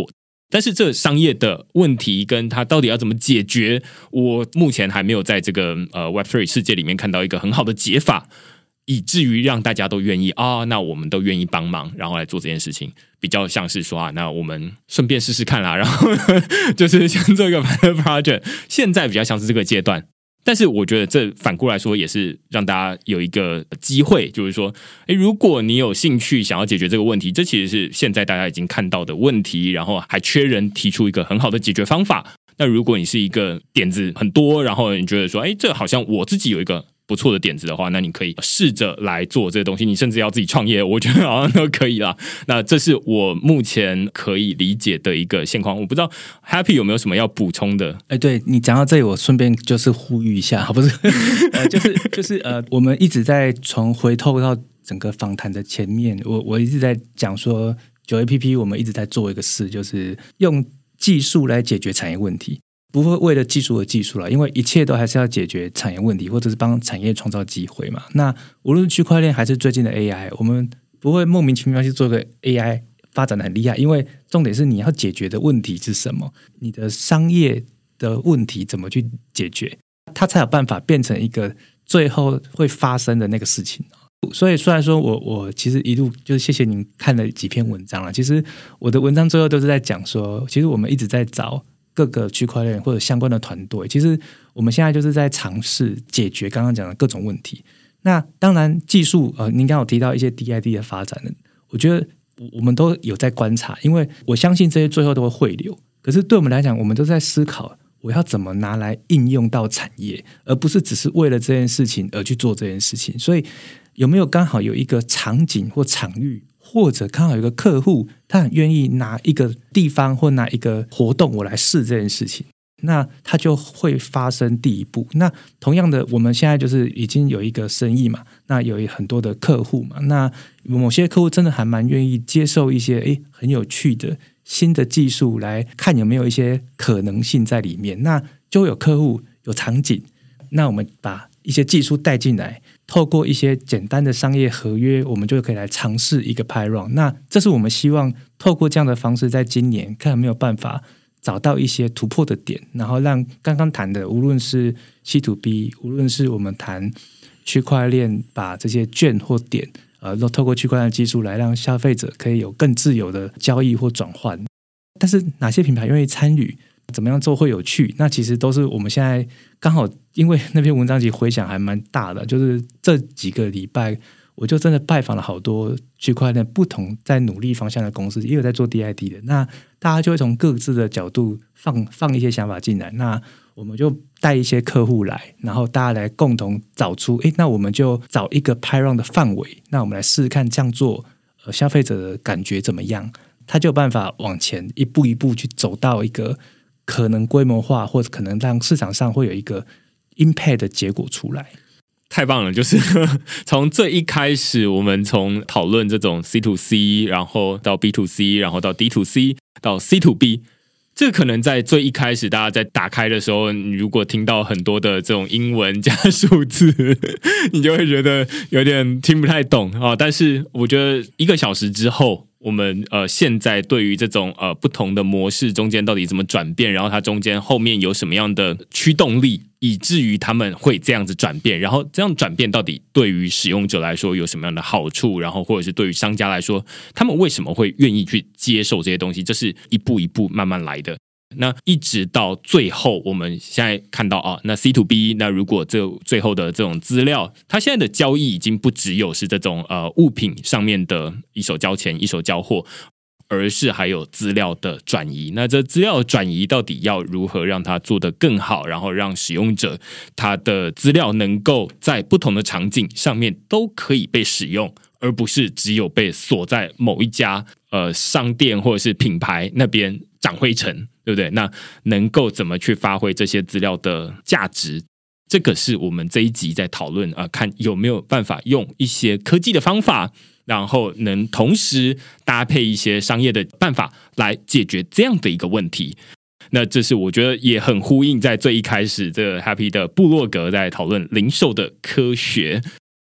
但是这商业的问题跟它到底要怎么解决，我目前还没有在这个呃 Web 三 世界里面看到一个很好的解法，以至于让大家都愿意啊，那我们都愿意帮忙，然后来做这件事情。比较像是说啊，那我们顺便试试看啦，然后就是先做一个 pilot project。现在比较像是这个阶段。但是我觉得这反过来说也是让大家有一个机会，就是说诶，如果你有兴趣想要解决这个问题，这其实是现在大家已经看到的问题，然后还缺人提出一个很好的解决方法。那如果你是一个点子很多，然后你觉得说诶，这好像我自己有一个不错的点子的话，那你可以试着来做这个东西，你甚至要自己创业，我觉得好像都可以啦。那这是我目前可以理解的一个现况，我不知道 Happy 有没有什么要补充的？ 哎，对你讲到这里，我顺便就是呼吁一下，不是，呃、就是就是呃，我们一直在从回透到整个访谈的前面，我我一直在讲说，九 A P P 我们一直在做一个事，就是用技术来解决产业问题。不会为了技术而技术了，因为一切都还是要解决产业问题，或者是帮产业创造机会嘛。那无论是区块链还是最近的 A I， 我们不会莫名其妙去做个 A I 发展的很厉害，因为重点是你要解决的问题是什么，你的商业的问题怎么去解决，它才有办法变成一个最后会发生的那个事情。所以虽然说我我其实一路就是谢谢您看了几篇文章了，其实我的文章最后都是在讲说，其实我们一直在找各个区块链或者相关的团队，其实我们现在就是在尝试解决刚刚讲的各种问题。那当然技术呃，您刚刚有提到一些 D I D 的发展，我觉得我们都有在观察，因为我相信这些最后都会汇流。可是对我们来讲，我们都在思考我要怎么拿来应用到产业，而不是只是为了这件事情而去做这件事情。所以有没有刚好有一个场景或场域，或者刚好有一个客户，他很愿意拿一个地方或拿一个活动我来试这件事情，那他就会发生第一步。那同样的，我们现在就是已经有一个生意嘛，那有很多的客户嘛，那某些客户真的还蛮愿意接受一些诶很有趣的新的技术，来看有没有一些可能性在里面。那就有客户有场景，那我们把一些技术带进来，透过一些简单的商业合约，我们就可以来尝试一个 pilot run。那这是我们希望透过这样的方式，在今年看有没有办法找到一些突破的点，然后让刚刚谈的，无论是 C to B， 无论是我们谈区块链，把这些券或点，呃，都透过区块链技术来让消费者可以有更自由的交易或转换。但是哪些品牌愿意参与？怎么样做会有趣？那其实都是我们现在刚好，因为那篇文章其实回响还蛮大的，就是这几个礼拜我就真的拜访了好多区块链不同在努力方向的公司，也有在做 D I D 的，那大家就会从各自的角度放放一些想法进来，那我们就带一些客户来，然后大家来共同找出，诶，那我们就找一个 pilot run 的范围，那我们来试试看这样做，呃，消费者的感觉怎么样，他就有办法往前一步一步去走到一个可能规模化，或者可能让市场上会有一个 impact 的结果出来。 太棒了，就是从最一开始，我们从讨论这种 C to C， 然后到 B to C， 然后到 D to C， 到 C to B。这可能在最一开始，大家在打开的时候，你如果听到很多的这种英文加数字，你就会觉得有点听不太懂啊。但是我觉得一个小时之后，我们呃现在对于这种呃不同的模式中间到底怎么转变，然后它中间后面有什么样的驱动力，以至于他们会这样子转变，然后这样转变到底对于使用者来说有什么样的好处，然后或者是对于商家来说，他们为什么会愿意去接受这些东西，这是一步一步慢慢来的。那一直到最后，我们现在看到啊，那 C to B， 那如果这最后的这种资料，它现在的交易已经不只有是这种呃物品上面的一手交钱一手交货，而是还有资料的转移。那这资料的转移到底要如何让它做得更好，然后让使用者他的资料能够在不同的场景上面都可以被使用，而不是只有被锁在某一家呃商店或者是品牌那边长灰尘，对不对？那能够怎么去发挥这些资料的价值？这个是我们这一集在讨论啊、呃，看有没有办法用一些科技的方法，然后能同时搭配一些商业的办法来解决这样的一个问题。那这是我觉得也很呼应在最一开始这个 Happy 的部落格在讨论零售的科学。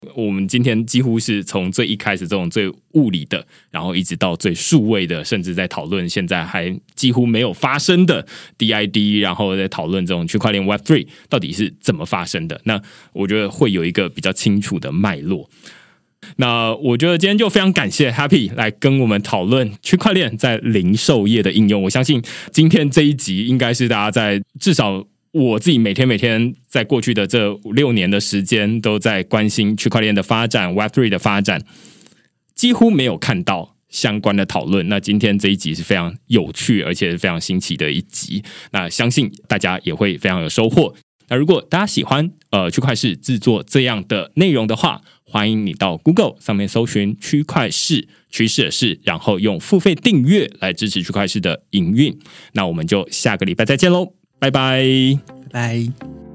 我们今天几乎是从最一开始这种最物理的，然后一直到最数位的，甚至在讨论现在还几乎没有发生的 D I D， 然后在讨论这种区块链 Web 三 到底是怎么发生的。那我觉得会有一个比较清楚的脉络。那我觉得今天就非常感谢 Happy 来跟我们讨论区块链在零售业的应用。我相信今天这一集应该是大家在至少我自己每天每天在过去的这五六年的时间都在关心区块链的发展 Web 三 的发展，几乎没有看到相关的讨论。那今天这一集是非常有趣而且是非常新奇的一集，那相信大家也会非常有收获。那如果大家喜欢呃区块市制作这样的内容的话，欢迎你到 Google 上面搜寻区块市，趋势的市，然后用付费订阅来支持区块市的营运。那我们就下个礼拜再见喽，拜拜， 拜拜。